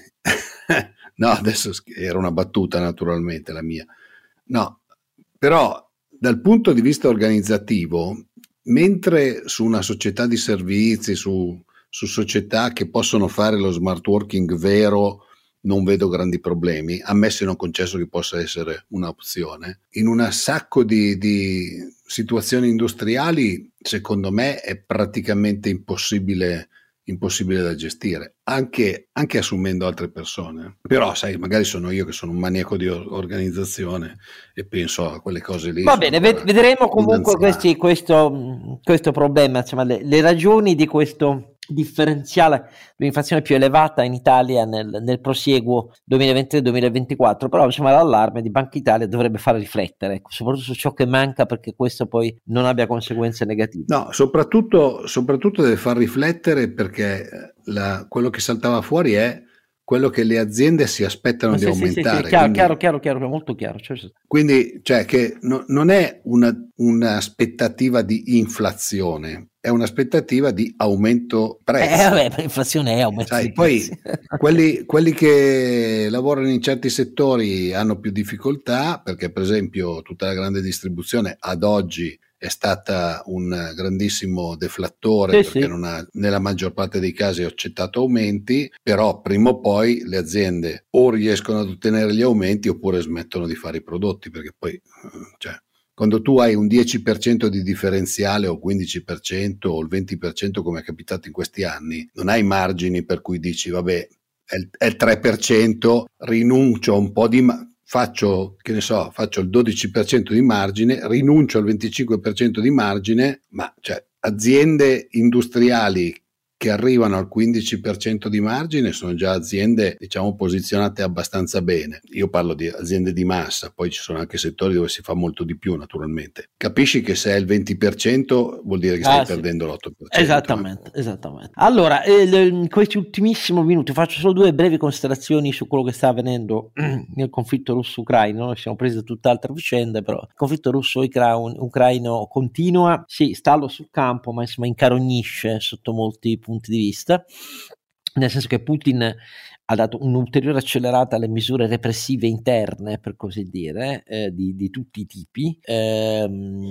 No, adesso era una battuta naturalmente la mia. No, però dal punto di vista organizzativo, mentre su una società di servizi, su, su società che possono fare lo smart working vero, non vedo grandi problemi, ammesso e non concesso che possa essere un'opzione. In un sacco di, di situazioni industriali, secondo me, è praticamente impossibile impossibile da gestire, anche, anche assumendo altre persone. Però sai, magari sono io che sono un maniaco di organizzazione e penso a quelle cose lì. Va bene, vedremo comunque questi, questo, questo problema, insomma, le, le ragioni di questo differenziale di un'inflazione più elevata in Italia nel, nel prosieguo duemilaventitré duemilaventiquattro, però insomma l'allarme di Banca Italia dovrebbe far riflettere, ecco, soprattutto su ciò che manca, perché questo poi non abbia conseguenze negative. No, soprattutto, soprattutto deve far riflettere, perché la, quello che saltava fuori è quello che le aziende si aspettano sì, di sì, aumentare. Sì, sì, chiaro, quindi, chiaro, chiaro, chiaro, molto chiaro. Cioè, quindi, cioè, che no, non è una, un'aspettativa di inflazione, è un'aspettativa di aumento prezzi. Eh, vabbè, l'inflazione è aumento Sai, di poi prezzi. quelli, quelli che lavorano in certi settori hanno più difficoltà, perché per esempio tutta la grande distribuzione ad oggi è stata un grandissimo deflattore, sì, perché sì. Non ha, nella maggior parte dei casi, ha accettato aumenti, però prima o poi le aziende o riescono ad ottenere gli aumenti oppure smettono di fare i prodotti, perché poi, cioè, quando tu hai un dieci per cento di differenziale o quindici per cento o il venti per cento come è capitato in questi anni, non hai margini per cui dici vabbè è il, è il tre per cento, rinuncio a un po' di... Ma- faccio, che ne so, faccio il dodici per cento di margine, rinuncio al venticinque per cento di margine, ma cioè aziende industriali che arrivano al quindici per cento di margine sono già aziende, diciamo, posizionate abbastanza bene. Io parlo di aziende di massa, poi ci sono anche settori dove si fa molto di più, naturalmente. Capisci che se è il venti per cento vuol dire che stai ah, perdendo sì. l'otto per cento. Esattamente, eh? esattamente. Allora, eh, in questi ultimissimi minuti faccio solo due brevi considerazioni su quello che sta avvenendo nel conflitto russo-ucraino. Noi siamo presi da tutt'altre vicende, però il conflitto russo-ucraino continua, sì, stallo sul campo, ma insomma incarognisce sotto molti punti punti di vista, nel senso che Putin ha dato un'ulteriore accelerata alle misure repressive interne, per così dire, eh, di, di tutti i tipi. Eh,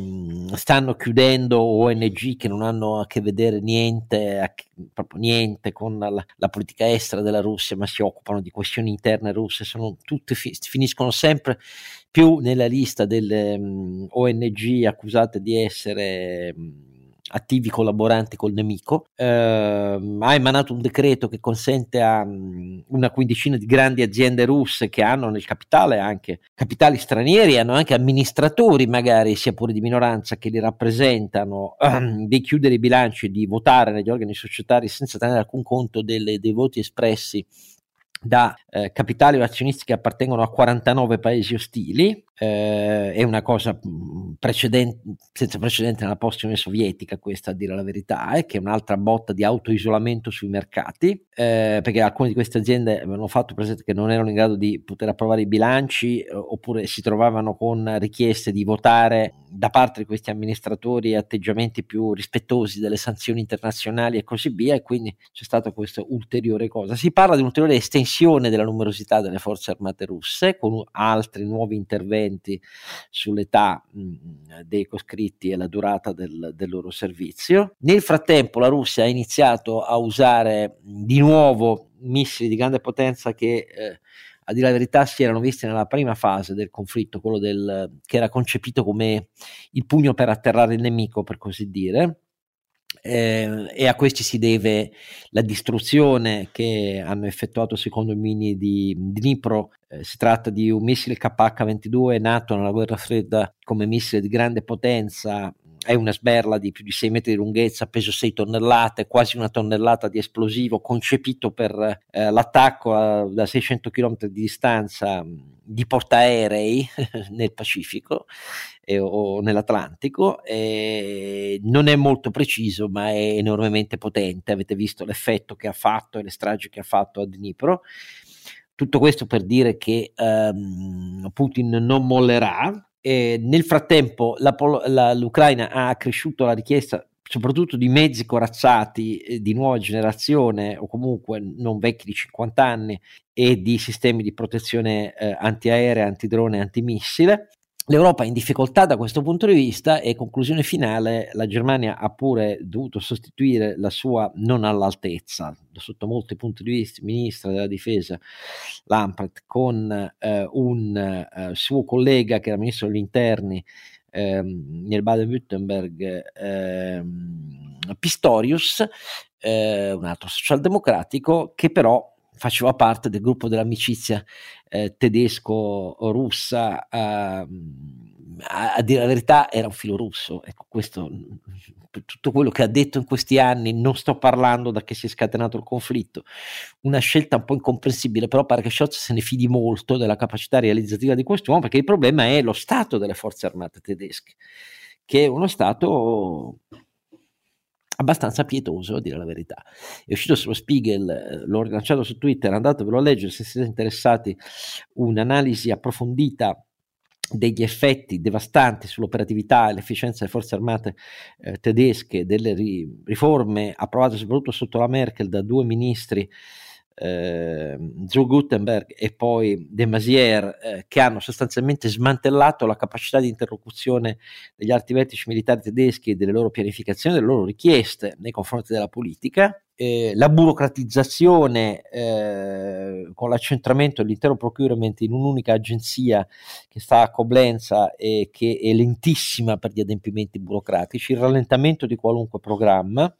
stanno chiudendo O N G che non hanno a che vedere niente, a che, proprio niente con la, la politica estera della Russia, ma si occupano di questioni interne russe, sono tutte fi- finiscono sempre più nella lista delle um, O N G accusate di essere um, attivi collaboranti col nemico. Eh, ha emanato un decreto che consente a um, una quindicina di grandi aziende russe che hanno nel capitale anche capitali stranieri, hanno anche amministratori magari sia pure di minoranza che li rappresentano, um, di chiudere i bilanci e di votare negli organi societari senza tenere alcun conto delle, dei voti espressi da eh, capitali o azionisti che appartengono a quarantanove paesi ostili. Eh, è una cosa precedente, senza precedente nella post-Unione Sovietica, questa a dire la verità, eh, che è un'altra botta di autoisolamento sui mercati, eh, perché alcune di queste aziende avevano fatto presente che non erano in grado di poter approvare i bilanci, eh, oppure si trovavano con richieste di votare da parte di questi amministratori atteggiamenti più rispettosi delle sanzioni internazionali e così via, e quindi c'è stata questa ulteriore cosa. Si parla di un'ulteriore estensione della numerosità delle forze armate russe con altri nuovi interventi sull'età mh, dei coscritti e la durata del, del loro servizio. Nel frattempo la Russia ha iniziato a usare di nuovo missili di grande potenza che eh, a dire la verità si erano visti nella prima fase del conflitto, quello del, che era concepito come il pugno per atterrare il nemico, per così dire. Eh, e a questi si deve la distruzione che hanno effettuato secondo i mini di Dnipro. Eh, si tratta di un missile K H ventidue nato nella guerra fredda come missile di grande potenza, è una sberla di più di sei metri di lunghezza, peso sei tonnellate, quasi una tonnellata di esplosivo, concepito per eh, l'attacco a, da seicento chilometri di distanza di portaerei nel Pacifico eh, o nell'Atlantico. Eh, non è molto preciso, ma è enormemente potente. Avete visto l'effetto che ha fatto e le stragi che ha fatto a Dnipro. Tutto questo per dire che um, Putin non mollerà. E nel frattempo la Pol- la, l'Ucraina ha accresciuto la richiesta soprattutto di mezzi corazzati eh, di nuova generazione o comunque non vecchi di cinquanta anni e di sistemi di protezione eh, antiaerea, antidrone, antimissile. L'Europa è in difficoltà da questo punto di vista e, conclusione finale, la Germania ha pure dovuto sostituire la sua non all'altezza, sotto molti punti di vista, ministra della difesa Lamprecht, con eh, un eh, suo collega che era ministro degli interni ehm, nel Baden-Württemberg, ehm, Pistorius, eh, un altro socialdemocratico che però faceva parte del gruppo dell'amicizia eh, tedesco-russa. A, a, a dire la verità era un filo russo. Ecco, questo, tutto quello che ha detto in questi anni, non sto parlando da che si è scatenato il conflitto, una scelta un po' incomprensibile, però pare che Scholz se ne fidi molto della capacità realizzativa di quest'uomo, perché il problema è lo stato delle forze armate tedesche, che è uno stato abbastanza pietoso, a dire la verità. È uscito sullo Spiegel, l'ho rilanciato su Twitter, andatevelo a leggere se siete interessati, un'analisi approfondita degli effetti devastanti sull'operatività e l'efficienza delle forze armate eh, tedesche, delle ri- riforme approvate soprattutto sotto la Merkel da due ministri, eh, Zu Guttenberg e poi De Maizière, eh, che hanno sostanzialmente smantellato la capacità di interlocuzione degli alti vertici militari tedeschi e delle loro pianificazioni, delle loro richieste nei confronti della politica. Eh, la burocratizzazione eh, con l'accentramento dell'intero procurement in un'unica agenzia che sta a Coblenza e che è lentissima per gli adempimenti burocratici, il rallentamento di qualunque programma,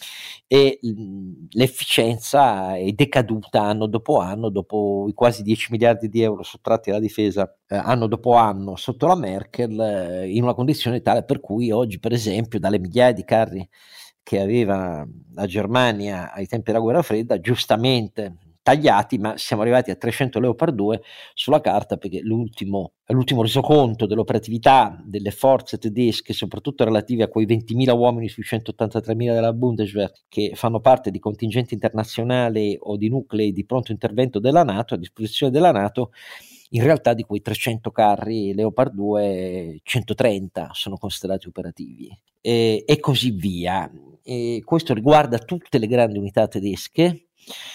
e mh, l'efficienza è decaduta anno dopo anno, dopo i quasi dieci miliardi di euro sottratti alla difesa eh, anno dopo anno sotto la Merkel, eh, in una condizione tale per cui oggi, per esempio, dalle migliaia di carri che aveva la Germania ai tempi della guerra fredda, giustamente tagliati, ma siamo arrivati a trecento Leopard due sulla carta, perché l'ultimo, l'ultimo resoconto dell'operatività delle forze tedesche, soprattutto relative a quei ventimila uomini sui centottantatremila della Bundeswehr che fanno parte di contingenti internazionali o di nuclei di pronto intervento della NATO, a disposizione della NATO, in realtà di quei trecento carri Leopard due, centotrenta sono considerati operativi e, e così via. E questo riguarda tutte le grandi unità tedesche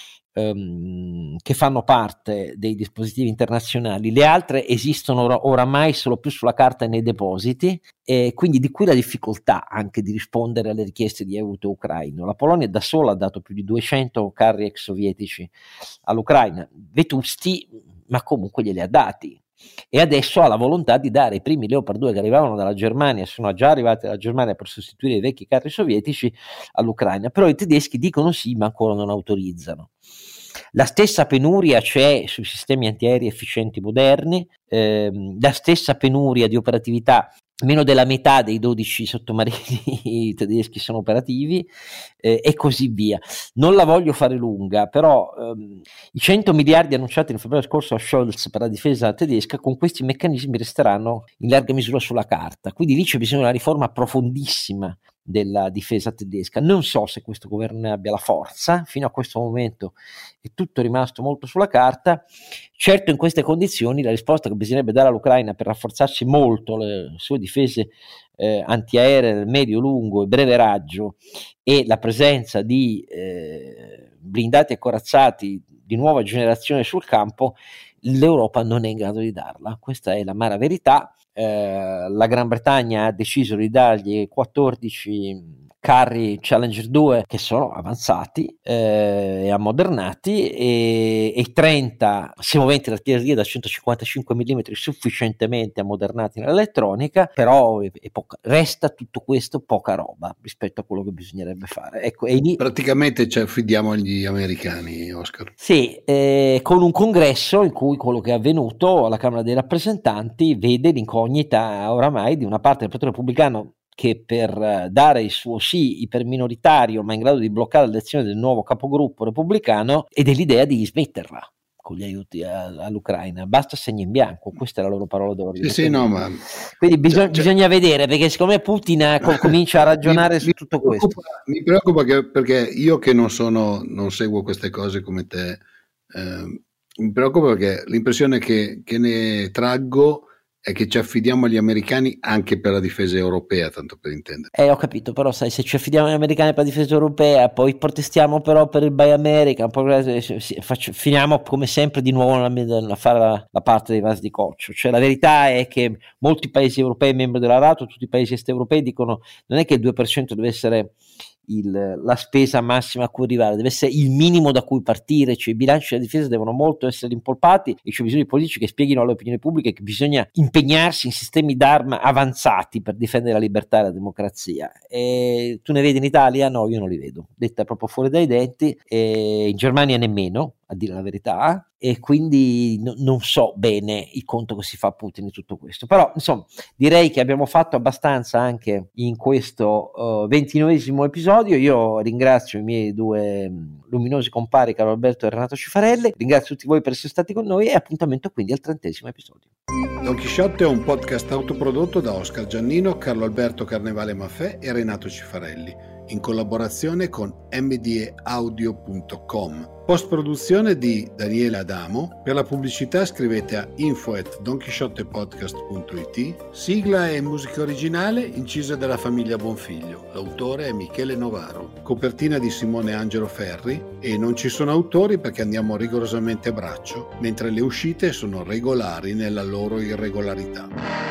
ehm, che fanno parte dei dispositivi internazionali. Le altre esistono or- oramai solo più sulla carta e nei depositi, e quindi di qui la difficoltà anche di rispondere alle richieste di aiuto ucraino. La Polonia da sola ha dato più di duecento carri ex sovietici all'Ucraina, vetusti, ma comunque glieli ha dati, e adesso ha la volontà di dare i primi Leopard due che arrivavano dalla Germania, sono già arrivati dalla Germania per sostituire i vecchi carri sovietici, all'Ucraina. Però i tedeschi dicono sì, ma ancora non autorizzano. La stessa penuria c'è sui sistemi antiaerei efficienti moderni, ehm, la stessa penuria di operatività. Meno della metà dei dodici sottomarini tedeschi sono operativi, eh, e così via. Non la voglio fare lunga, però ehm, i cento miliardi annunciati nel febbraio scorso a Scholz per la difesa tedesca, con questi meccanismi resteranno in larga misura sulla carta. Quindi lì c'è bisogno di una riforma profondissima della difesa tedesca. Non so se questo governo ne abbia la forza, fino a questo momento è tutto rimasto molto sulla carta. Certo, in queste condizioni la risposta che bisognerebbe dare all'Ucraina per rafforzarsi molto le sue difese eh, antiaeree nel medio, lungo e breve raggio, e la presenza di eh, blindati e corazzati di nuova generazione sul campo, l'Europa non è in grado di darla. Questa è l'amara verità. Eh, la Gran Bretagna ha deciso di dargli quattordici carri Challenger due che sono avanzati e eh, ammodernati, e, e trenta semoventi d'artiglieria da centocinquantacinque millimetri sufficientemente ammodernati nell'elettronica, però è, è poca, resta tutto questo poca roba rispetto a quello che bisognerebbe fare. Ecco, e lì, praticamente ci affidiamo agli americani, Oscar. Sì, eh, con un congresso in cui quello che è avvenuto alla Camera dei rappresentanti vede l'incognita oramai di una parte del Partito Repubblicano che per dare il suo sì iperminoritario ma in grado di bloccare l'elezione del nuovo capogruppo repubblicano, e dell'idea di smetterla con gli aiuti all'Ucraina. Basta segno in bianco, questa è la loro parola d'ordine. Sì, sì, no, ma... Quindi bisog- cioè, bisogna cioè... vedere, perché siccome Putin com- comincia a ragionare mi, su tutto mi questo. Mi preoccupa che, perché io che non sono, non seguo queste cose come te, eh, mi preoccupa perché l'impressione che, che ne traggo è che ci affidiamo agli americani anche per la difesa europea, tanto per intendere. Eh, ho capito, però sai, se ci affidiamo agli americani per la difesa europea, poi protestiamo però per il Buy America, poi faccio, finiamo come sempre di nuovo a fare la, la parte dei vasi di coccio. Cioè la verità è che molti paesi europei membri della NATO, tutti i paesi est europei dicono non è che il due per cento deve essere Il, la spesa massima a cui arrivare, deve essere il minimo da cui partire, cioè i bilanci della difesa devono molto essere impolpati e c'è bisogno di politici che spieghino all'opinione pubblica che bisogna impegnarsi in sistemi d'arma avanzati per difendere la libertà e la democrazia. E tu ne vedi in Italia? No, io non li vedo, detta proprio fuori dai denti, e in Germania nemmeno, a dire la verità, e quindi no, non so bene il conto che si fa a Putin di tutto questo, però insomma direi che abbiamo fatto abbastanza anche in questo uh, ventinovesimo episodio. Io ringrazio i miei due luminosi compari Carlo Alberto e Renato Cifarelli, ringrazio tutti voi per essere stati con noi e appuntamento quindi al trentesimo episodio. Don Chisciotte è un podcast autoprodotto da Oscar Giannino, Carlo Alberto Carnevale Maffè e Renato Cifarelli, in collaborazione con m d e audio punto com. Post produzione di Daniele Adamo. Per la pubblicità scrivete a info at donchisciottepodcast punto it. Sigla e musica originale incisa dalla famiglia Bonfiglio. L'autore è Michele Novaro. Copertina di Simone Angelo Ferri, e non ci sono autori perché andiamo rigorosamente a braccio, mentre le uscite sono regolari nella loro irregolarità.